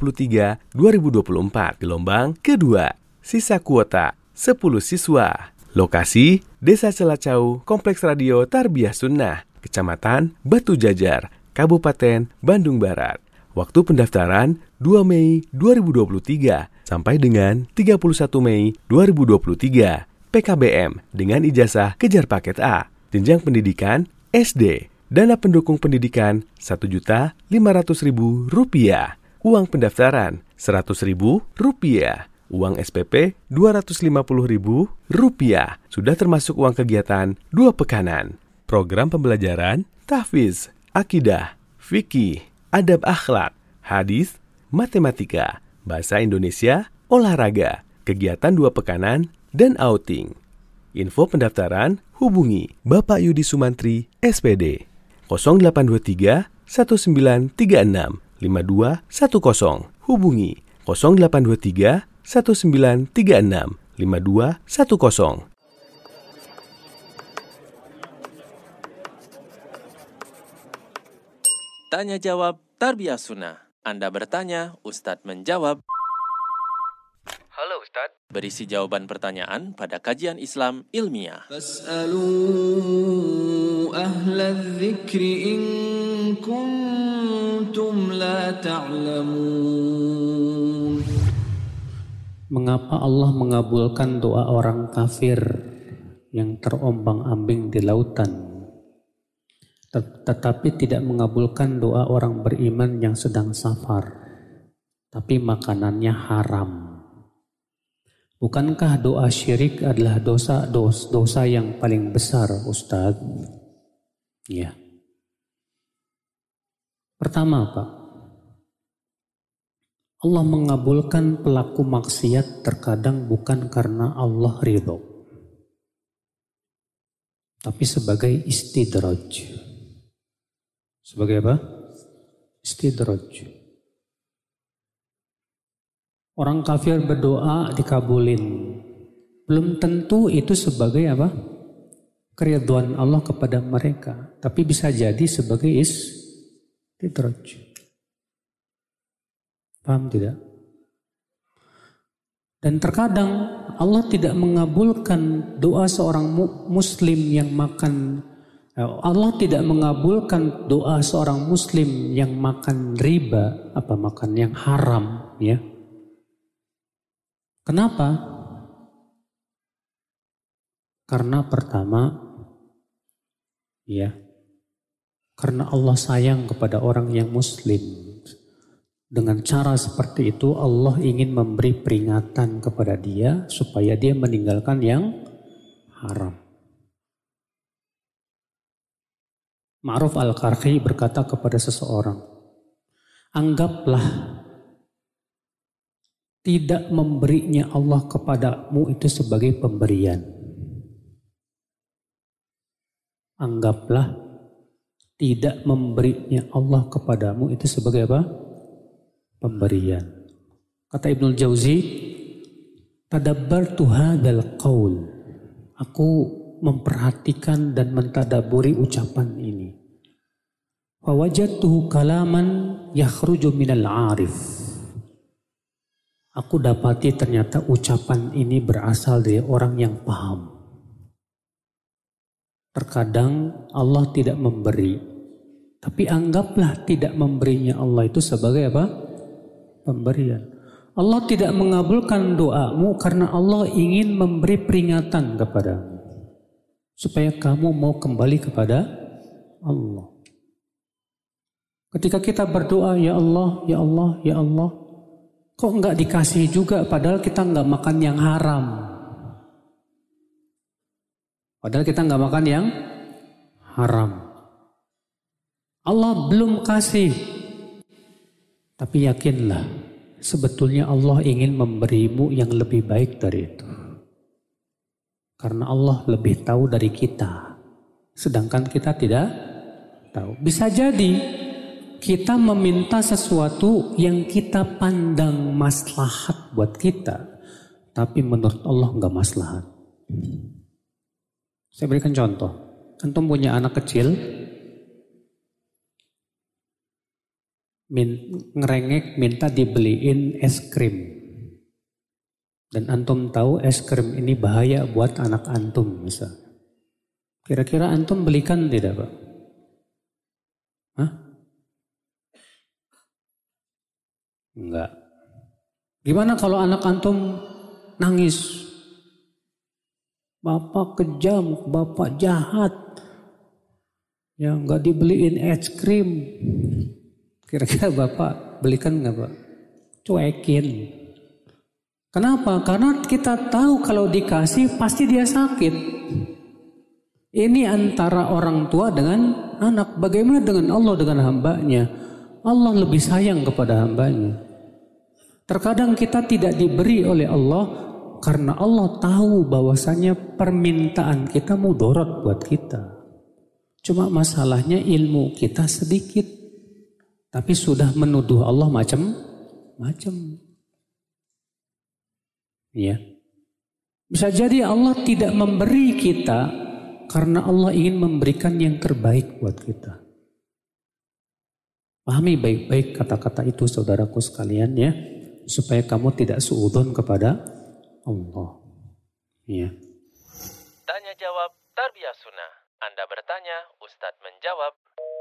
2023-2024 gelombang kedua. Sisa kuota 10 siswa. Lokasi, Desa Celacau, Kompleks Radio Tarbiyah Sunnah, Kecamatan Batu Jajar, Kabupaten Bandung Barat. Waktu pendaftaran 2 Mei 2023 sampai dengan 31 Mei 2023. PKBM dengan ijazah kejar paket A. Jenjang pendidikan SD. Dana pendukung pendidikan Rp1.500.000. Uang pendaftaran Rp100.000. Uang SPP Rp250.000. Sudah termasuk uang kegiatan 2 pekanan. Program pembelajaran tahfiz, akidah, fikih, adab akhlak, hadis, matematika, bahasa Indonesia, olahraga, kegiatan 2 pekanan, dan outing. Info pendaftaran hubungi Bapak Yudi Sumantri, SPD 0823 1936 5210. Hubungi 0823 1936 5210. Tanya jawab Tarbiyah Sunnah. Anda bertanya, Ustadz menjawab. Halo Ustadz. Berisi jawaban pertanyaan pada kajian Islam ilmiah. Fas'alu ahla dzikri in kuntum la ta'lamun. Mengapa Allah mengabulkan doa orang kafir yang terombang-ambing di lautan, tetapi tidak mengabulkan doa orang beriman yang sedang safar, tapi makanannya haram? Bukankah doa syirik adalah dosa yang paling besar, Ustaz? Ya. Pertama, Pak, Allah mengabulkan pelaku maksiat terkadang bukan karena Allah ridho, tapi sebagai istidraj. Sebagai apa? Istidraj. Orang kafir berdoa dikabulin. Belum tentu itu sebagai apa? Keridhaan Allah kepada mereka, tapi bisa jadi sebagai istidraj. Paham tidak? Dan terkadang Allah tidak mengabulkan doa seorang muslim yang makan. Allah tidak mengabulkan doa seorang muslim yang makan riba, makan yang haram, ya. Kenapa? Karena pertama, ya, karena Allah sayang kepada orang yang muslim. Dengan cara seperti itu Allah ingin memberi peringatan kepada dia supaya dia meninggalkan yang haram. Ma'ruf Al-Qarhi berkata kepada seseorang, anggaplah tidak memberinya Allah kepadamu itu sebagai pemberian. Anggaplah tidak memberinya Allah kepadamu itu sebagai apa? Pemberian. Kata Ibnul Jauzi, tadabbartu hadzal qaul. Aku memperhatikan dan mentadaburi ucapan ini. Fa wajadtuhu kalaman yakhruju minal 'arif. Aku dapati ternyata ucapan ini berasal dari orang yang paham. Terkadang Allah tidak memberi, tapi anggaplah tidak memberinya Allah itu sebagai apa? Pemberian. Allah tidak mengabulkan doamu karena Allah ingin memberi peringatan kepadamu supaya kamu mau kembali kepada Allah. Ketika kita berdoa, ya Allah, ya Allah, ya Allah, kok enggak dikasih juga padahal kita enggak makan yang haram. Padahal kita enggak makan yang haram. Allah belum kasih. Tapi yakinlah, sebetulnya Allah ingin memberimu yang lebih baik dari itu. Karena Allah lebih tahu dari kita. Sedangkan kita tidak tahu. Bisa jadi kita meminta sesuatu yang kita pandang maslahat buat kita. Tapi menurut Allah enggak maslahat. Saya berikan contoh. Antum punya anak kecil, ngerengek minta dibeliin es krim. Dan antum tahu es krim ini bahaya buat anak antum misalnya. Kira-kira antum belikan tidak, Pak? Hah? Enggak. Gimana kalau anak antum nangis? Bapak kejam, bapak jahat. Ya enggak dibeliin es krim. Kira-kira bapak belikan enggak, Pak? Cuekin. Kenapa? Karena kita tahu kalau dikasih pasti dia sakit. Ini antara orang tua dengan anak. Bagaimana dengan Allah dengan hambanya? Allah lebih sayang kepada hambanya. Terkadang kita tidak diberi oleh Allah karena Allah tahu bahwasanya permintaan kita mudarat buat kita. Cuma masalahnya ilmu kita sedikit. Tapi sudah menuduh Allah macam-macam. Ya. Bisa jadi Allah tidak memberi kita karena Allah ingin memberikan yang terbaik buat kita. Pahami baik-baik kata-kata itu saudaraku sekalian ya, supaya kamu tidak suudzon kepada Allah. Ya. Tanya jawab Tarbiyah Sunnah. Anda bertanya, Ustadz menjawab.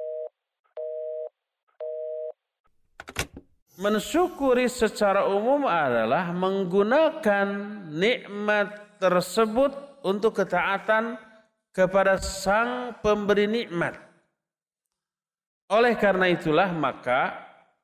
Mensyukuri secara umum adalah menggunakan nikmat tersebut untuk ketaatan kepada sang pemberi nikmat. Oleh karena itulah maka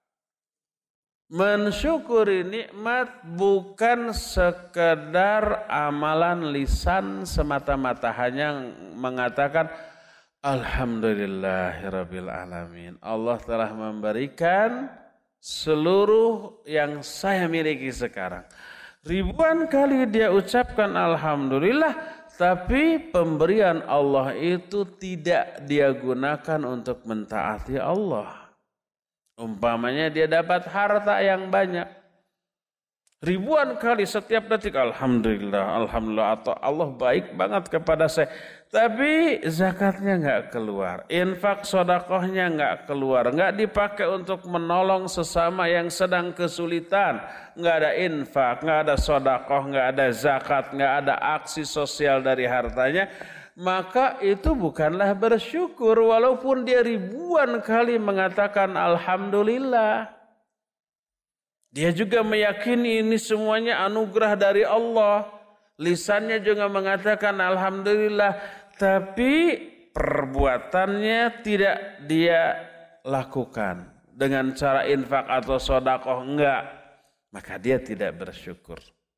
mensyukuri nikmat bukan sekedar amalan lisan semata-mata, hanya mengatakan Alhamdulillahirabbil alamin. Allah telah memberikan seluruh yang saya miliki sekarang. Ribuan kali dia ucapkan Alhamdulillah, tapi pemberian Allah itu tidak dia gunakan untuk mentaati Allah. Umpamanya dia dapat harta yang banyak. Ribuan kali setiap detik Alhamdulillah, Alhamdulillah, atau Allah baik banget kepada saya. Tapi zakatnya nggak keluar, infak sodakohnya nggak keluar, nggak dipakai untuk menolong sesama yang sedang kesulitan, nggak ada infak, nggak ada sodakoh, nggak ada zakat, nggak ada aksi sosial dari hartanya, maka itu bukanlah bersyukur walaupun dia ribuan kali mengatakan Alhamdulillah. Dia juga meyakini ini semuanya anugerah dari Allah. Lisannya juga mengatakan Alhamdulillah, tapi perbuatannya tidak dia lakukan dengan cara infak atau sodakoh, enggak. Maka dia tidak bersyukur.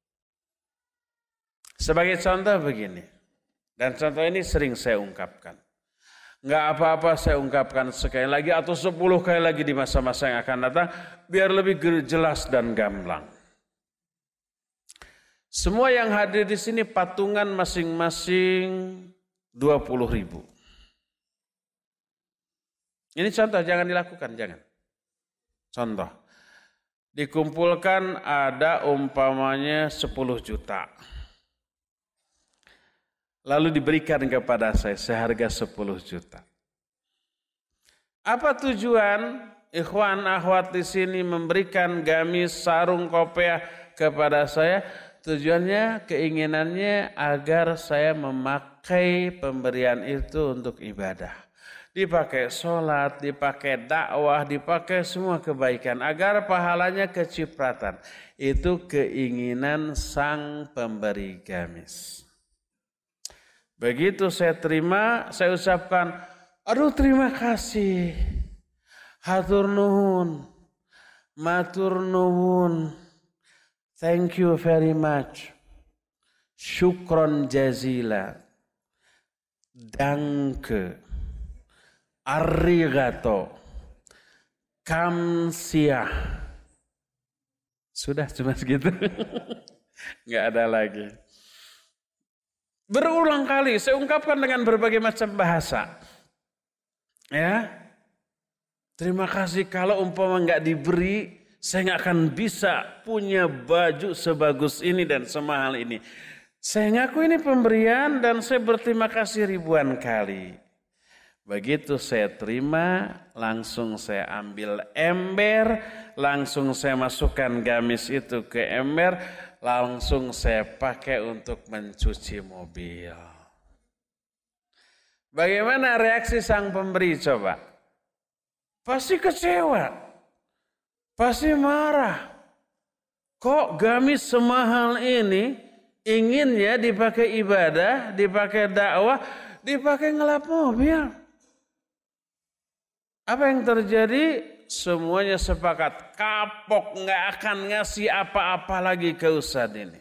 Sebagai contoh begini, dan contoh ini sering saya ungkapkan. Enggak apa-apa saya ungkapkan sekali lagi atau 10 kali lagi di masa-masa yang akan datang, biar lebih jelas dan gamblang. Semua yang hadir di sini patungan masing-masing 20.000. Ini contoh, jangan dilakukan, jangan. Contoh, dikumpulkan ada umpamanya 10 juta. Lalu diberikan kepada saya seharga 10 juta. Apa tujuan ikhwan akhwat di sini memberikan gamis, sarung, kopiah kepada saya? Tujuannya, keinginannya agar saya memakai pemberian itu untuk ibadah. Dipakai sholat, dipakai dakwah, dipakai semua kebaikan. Agar pahalanya kecipratan. Itu keinginan sang pemberi gamis. Begitu saya terima, saya ucapkan, aduh terima kasih. Hatur nuhun, matur nuhun. Thank you very much. Syukron jazila. Danke. Arigato. Kamsiah. Sudah cuma segitu. Enggak ada lagi. Berulang kali saya ungkapkan dengan berbagai macam bahasa. Ya. Terima kasih, kalau umpama enggak diberi, saya nggak akan bisa punya baju sebagus ini dan semahal ini. Saya ngaku ini pemberian dan saya berterima kasih ribuan kali. Begitu saya terima, langsung saya ambil ember, langsung saya masukkan gamis itu ke ember, langsung saya pakai untuk mencuci mobil. Bagaimana reaksi sang pemberi coba? Pasti kecewa, pasti marah. Kok gamis semahal ini inginnya dipakai ibadah, dipakai dakwah, dipakai ngelap mobil? Apa yang terjadi? Semuanya sepakat, kapok, nggak akan ngasih apa-apa lagi ke Ustadz ini.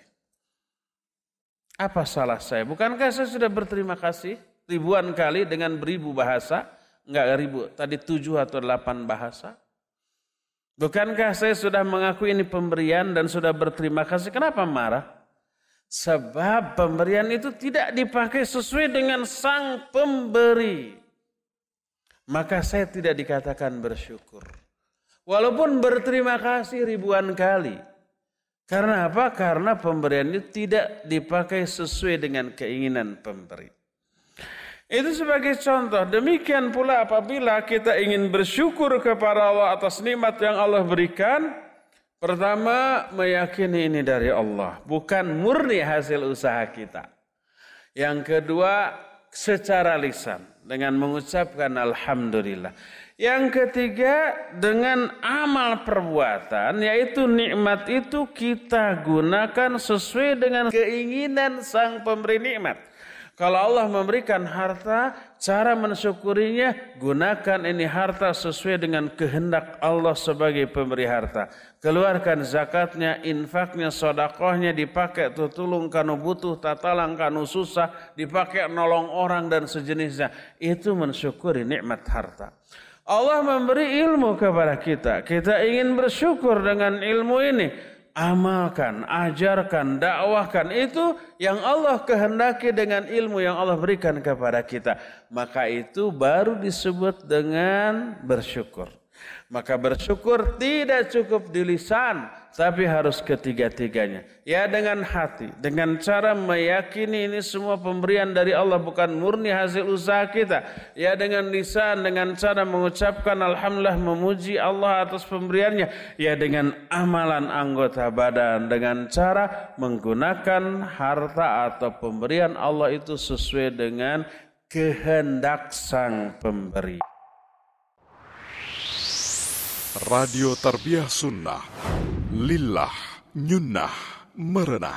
Apa salah saya? Bukankah saya sudah berterima kasih ribuan kali dengan beribu bahasa? Nggak ribu, tadi 7 atau 8 bahasa. Bukankah saya sudah mengaku ini pemberian dan sudah berterima kasih? Kenapa marah? Sebab pemberian itu tidak dipakai sesuai dengan sang pemberi. Maka saya tidak dikatakan bersyukur. Walaupun berterima kasih ribuan kali. Karena apa? Karena pemberian itu tidak dipakai sesuai dengan keinginan pemberi. Itu sebagai contoh. Demikian pula apabila kita ingin bersyukur kepada Allah atas nikmat yang Allah berikan. Pertama, meyakini ini dari Allah. Bukan murni hasil usaha kita. Yang kedua, secara lisan. Dengan mengucapkan Alhamdulillah. Yang ketiga, dengan amal perbuatan, yaitu nikmat itu kita gunakan sesuai dengan keinginan sang pemberi nikmat. Kalau Allah memberikan harta, cara mensyukurinya, gunakan ini harta sesuai dengan kehendak Allah sebagai pemberi harta. Keluarkan zakatnya, infaknya, sodakohnya, dipakai tulung kanu butuh, tatalang kanu susah, dipakai nolong orang dan sejenisnya. Itu mensyukuri nikmat harta. Allah memberi ilmu kepada kita. Kita ingin bersyukur dengan ilmu ini. Amalkan, ajarkan, dakwahkan. Itu yang Allah kehendaki dengan ilmu yang Allah berikan kepada kita. Maka itu baru disebut dengan bersyukur. Maka bersyukur tidak cukup di lisan, tapi harus ketiga-tiganya. Ya dengan hati, dengan cara meyakini ini semua pemberian dari Allah, bukan murni hasil usaha kita. Ya dengan lisan, dengan cara mengucapkan Alhamdulillah, memuji Allah atas pemberiannya. Ya dengan amalan anggota badan, dengan cara menggunakan harta atau pemberian Allah itu sesuai dengan kehendak sang pemberi. Radio Tarbiyah Sunnah, Lillah, Nyunnah, Merenah.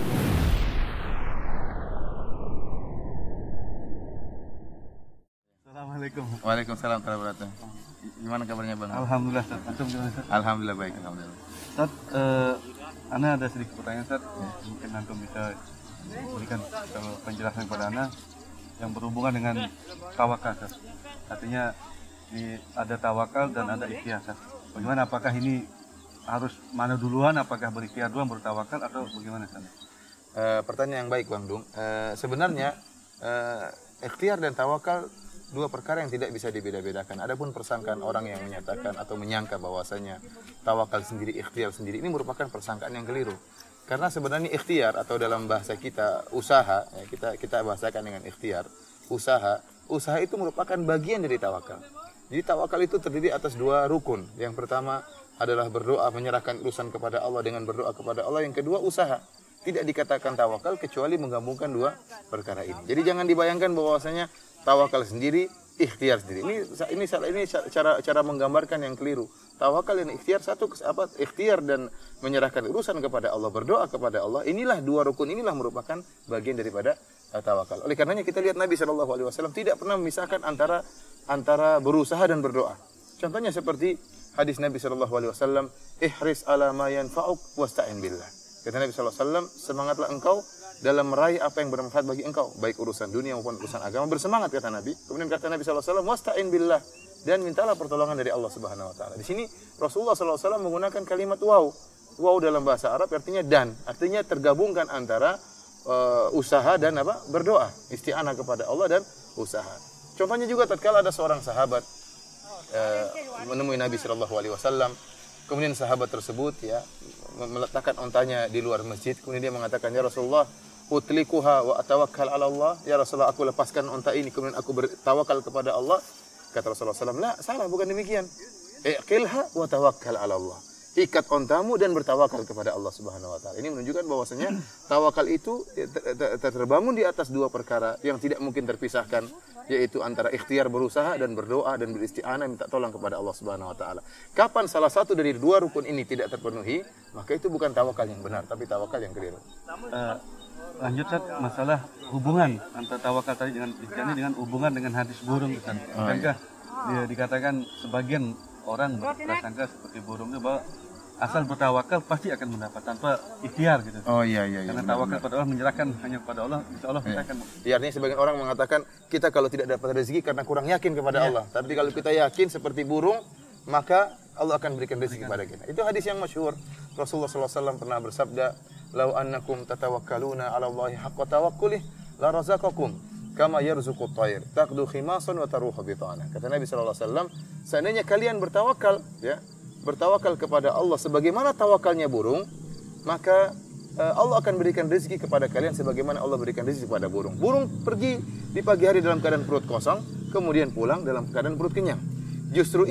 Assalamualaikum. Waalaikumsalam warahmatullahi wabarakatuh. Gimana kabarnya Bang? Alhamdulillah, Ustaz. Antum gimana, Ustaz? Alhamdulillah baik, alhamdulillah. Ustaz, Ana ada sedikit pertanyaan, Ustaz. Mungkin Antum bisa berikan penjelasan kepada Ana yang berhubungan dengan tawakal, Ustaz. Artinya ada tawakal dan ada ikhtiar. Bagaimana, apakah ini harus mana duluan, apakah berikhtiar duluan baru tawakal atau bagaimana? Pertanyaan yang baik Bang Dung. Sebenarnya ikhtiar dan tawakal dua perkara yang tidak bisa dibeda-bedakan. Adapun persangkaan orang yang menyatakan atau menyangka bahwasanya tawakal sendiri, ikhtiar sendiri, ini merupakan persangkaan yang keliru. Karena sebenarnya ikhtiar atau dalam bahasa kita usaha, ya, kita bahasakan dengan ikhtiar, usaha itu merupakan bagian dari tawakal. Jadi tawakal itu terdiri atas dua rukun. Yang pertama adalah berdoa, menyerahkan urusan kepada Allah dengan berdoa kepada Allah. Yang kedua usaha. Tidak dikatakan tawakal kecuali menggabungkan dua perkara ini. Jadi jangan dibayangkan bahwasanya tawakal sendiri, ikhtiar sendiri. Ini cara menggambarkan yang keliru. Tawakal dan ikhtiar ikhtiar dan menyerahkan urusan kepada Allah, berdoa kepada Allah. Inilah dua rukun, inilah merupakan bagian daripada tawakal. Oleh karenanya kita lihat Nabi SAW tidak pernah memisahkan antara berusaha dan berdoa. Contohnya seperti hadis Nabi SAW, ihris ala ma yanfa'uk wasta'in billah. Kata Nabi SAW, semangatlah engkau dalam meraih apa yang bermanfaat bagi engkau, baik urusan dunia maupun urusan agama. Bersemangat kata Nabi. Kemudian kata Nabi SAW, wasta'in billah, dan mintalah pertolongan dari Allah Subhanahu Wa Taala. Di sini Rasulullah SAW menggunakan kalimat waw. Waw dalam bahasa Arab artinya dan, artinya tergabungkan antara usaha dan berdoa, isti'anah kepada Allah dan usaha. Contohnya juga tatkala ada seorang sahabat menemui Nabi SAW, kemudian sahabat tersebut meletakkan ontanya di luar masjid, kemudian dia mengatakan, ya Rasulullah, utlikuha wa atawakkal ala Allah. Ya Rasulullah, aku lepaskan onta ini kemudian aku bertawakal kepada Allah. Kata Rasulullah SAW, la, salah, bukan demikian. Iqilha wa tawakkal ala Allah. ikat ontamu dan bertawakal kepada Allah Subhanahu wa taala. Ini menunjukkan bahwasanya tawakal itu terbangun di atas dua perkara yang tidak mungkin terpisahkan, yaitu antara ikhtiar berusaha dan berdoa dan beristi'anah minta tolong kepada Allah Subhanahu wa taala. Kapan salah satu dari dua rukun ini tidak terpenuhi, maka itu bukan tawakal yang benar, tapi tawakal yang keliru. Lanjut Ustaz, masalah hubungan antara tawakal tadi dengan isti'anah dengan hubungan dengan hadis burung Ustaz. Bukankah dikatakan sebagian orang berprasangka seperti burung itu bahwa asal bertawakal pasti akan mendapat tanpa ikhtiar gitu. Oh iya. Karena tawakal pada Allah, menyerahkan hanya kepada Allah, insya Allah kita akan. Ya, artinya sebagian orang mengatakan kita kalau tidak dapat rezeki karena kurang yakin kepada Allah. Tapi kalau kita yakin seperti burung, maka Allah akan berikan rezeki kepada kita. Itu hadis yang masyhur. Rasulullah SAW pernah bersabda, "Lau annakum tatawakkaluna 'ala Allahi haqqa tawakkulih, la razaqakum kama yarzuqut tayr, taqdu khimasan wa taruhu bitana." Kata Nabi SAW, seandainya kalian bertawakal, ya, bertawakal kepada Allah sebagaimana tawakalnya burung, maka Allah akan berikan rezeki kepada kalian sebagaimana Allah berikan rezeki kepada burung. Burung pergi di pagi hari dalam keadaan perut kosong, kemudian pulang dalam keadaan perut kenyang. Justru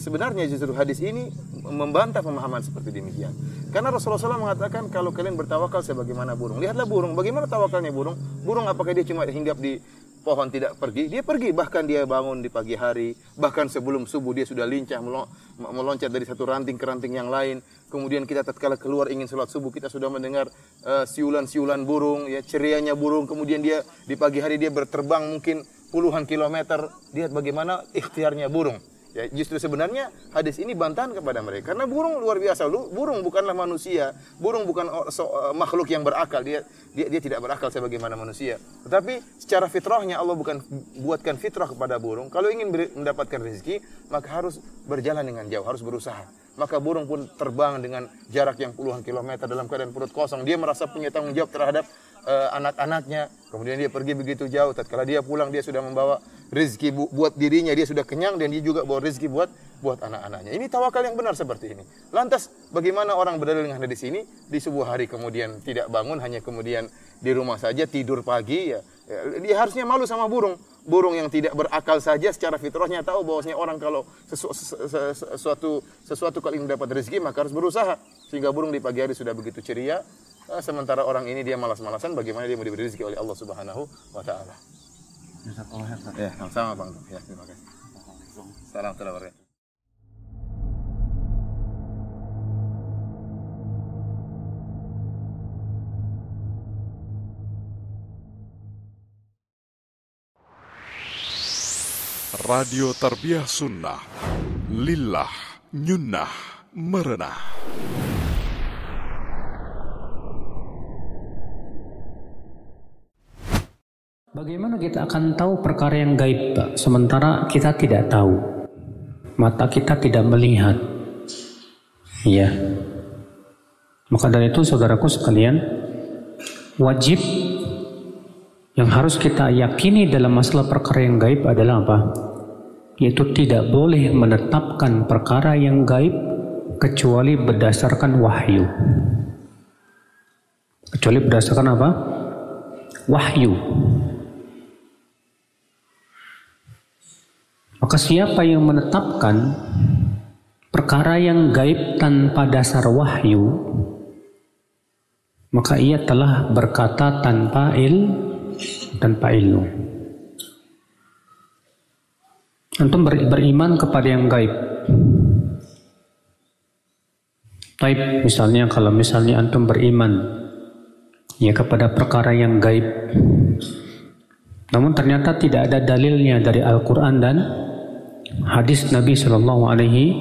hadis ini membantah pemahaman seperti demikian. Karena Rasulullah SAW mengatakan kalau kalian bertawakal sebagaimana burung. Lihatlah burung, bagaimana tawakalnya burung? Burung apakah dia cuma hinggap di pohon tidak pergi? Dia pergi, bahkan dia bangun di pagi hari, bahkan sebelum subuh dia sudah lincah meloncat dari satu ranting ke ranting yang lain. Kemudian kita tatkala keluar ingin sholat subuh, kita sudah mendengar siulan-siulan burung, ya, cerianya burung. Kemudian dia di pagi hari dia berterbang mungkin puluhan kilometer. Lihat bagaimana ikhtiarnya burung. Ya, justru sebenarnya hadis ini bantahan kepada mereka. Karena burung luar biasa. Burung bukanlah manusia. Burung bukan makhluk yang berakal. Dia tidak berakal sebagaimana manusia. Tetapi secara fitrahnya Allah bukan buatkan fitrah kepada burung. Kalau ingin mendapatkan rezeki, maka harus berjalan dengan jauh, harus berusaha. Maka burung pun terbang dengan jarak yang puluhan kilometer dalam keadaan perut kosong. Dia merasa punya tanggung jawab terhadap anak-anaknya. Kemudian dia pergi begitu jauh. Tatkala dia pulang, dia sudah membawa rezeki buat dirinya, dia sudah kenyang, dan dia juga bawa rezeki buat anak-anaknya. Ini tawakal yang benar seperti ini. Lantas bagaimana orang berdalil dengan hadis ini di sebuah hari kemudian tidak bangun, hanya kemudian di rumah saja tidur pagi, ya dia harusnya malu sama burung. Burung yang tidak berakal saja secara fitrahnya tahu bahwasanya orang kalau sesuatu kali mendapat rezeki maka harus berusaha. Sehingga burung di pagi hari sudah begitu ceria, sementara orang ini dia malas-malasan, bagaimana dia mau diberi rezeki oleh Allah Subhanahu wa taala. Ya, sama Bang. Ya, terima kasih. Salam warahmatullahi wabarakatuh. Radio Tarbiyah Sunnah, Lillah, Nyunnah, Merenah. Bagaimana kita akan tahu perkara yang gaib, Pak? Sementara kita tidak tahu. Mata kita tidak melihat. Ya. Maka dari itu saudaraku sekalian, wajib yang harus kita yakini dalam masalah perkara yang gaib adalah apa? Yaitu tidak boleh menetapkan perkara yang gaib kecuali berdasarkan wahyu. Kecuali berdasarkan apa? Wahyu. Maka siapa yang menetapkan perkara yang gaib tanpa dasar wahyu, maka ia telah berkata tanpa ilmu. Antum beriman kepada yang gaib. Taib, misalnya kalau misalnya antum beriman ya kepada perkara yang gaib, namun ternyata tidak ada dalilnya dari Al-Quran dan hadis Nabi SAW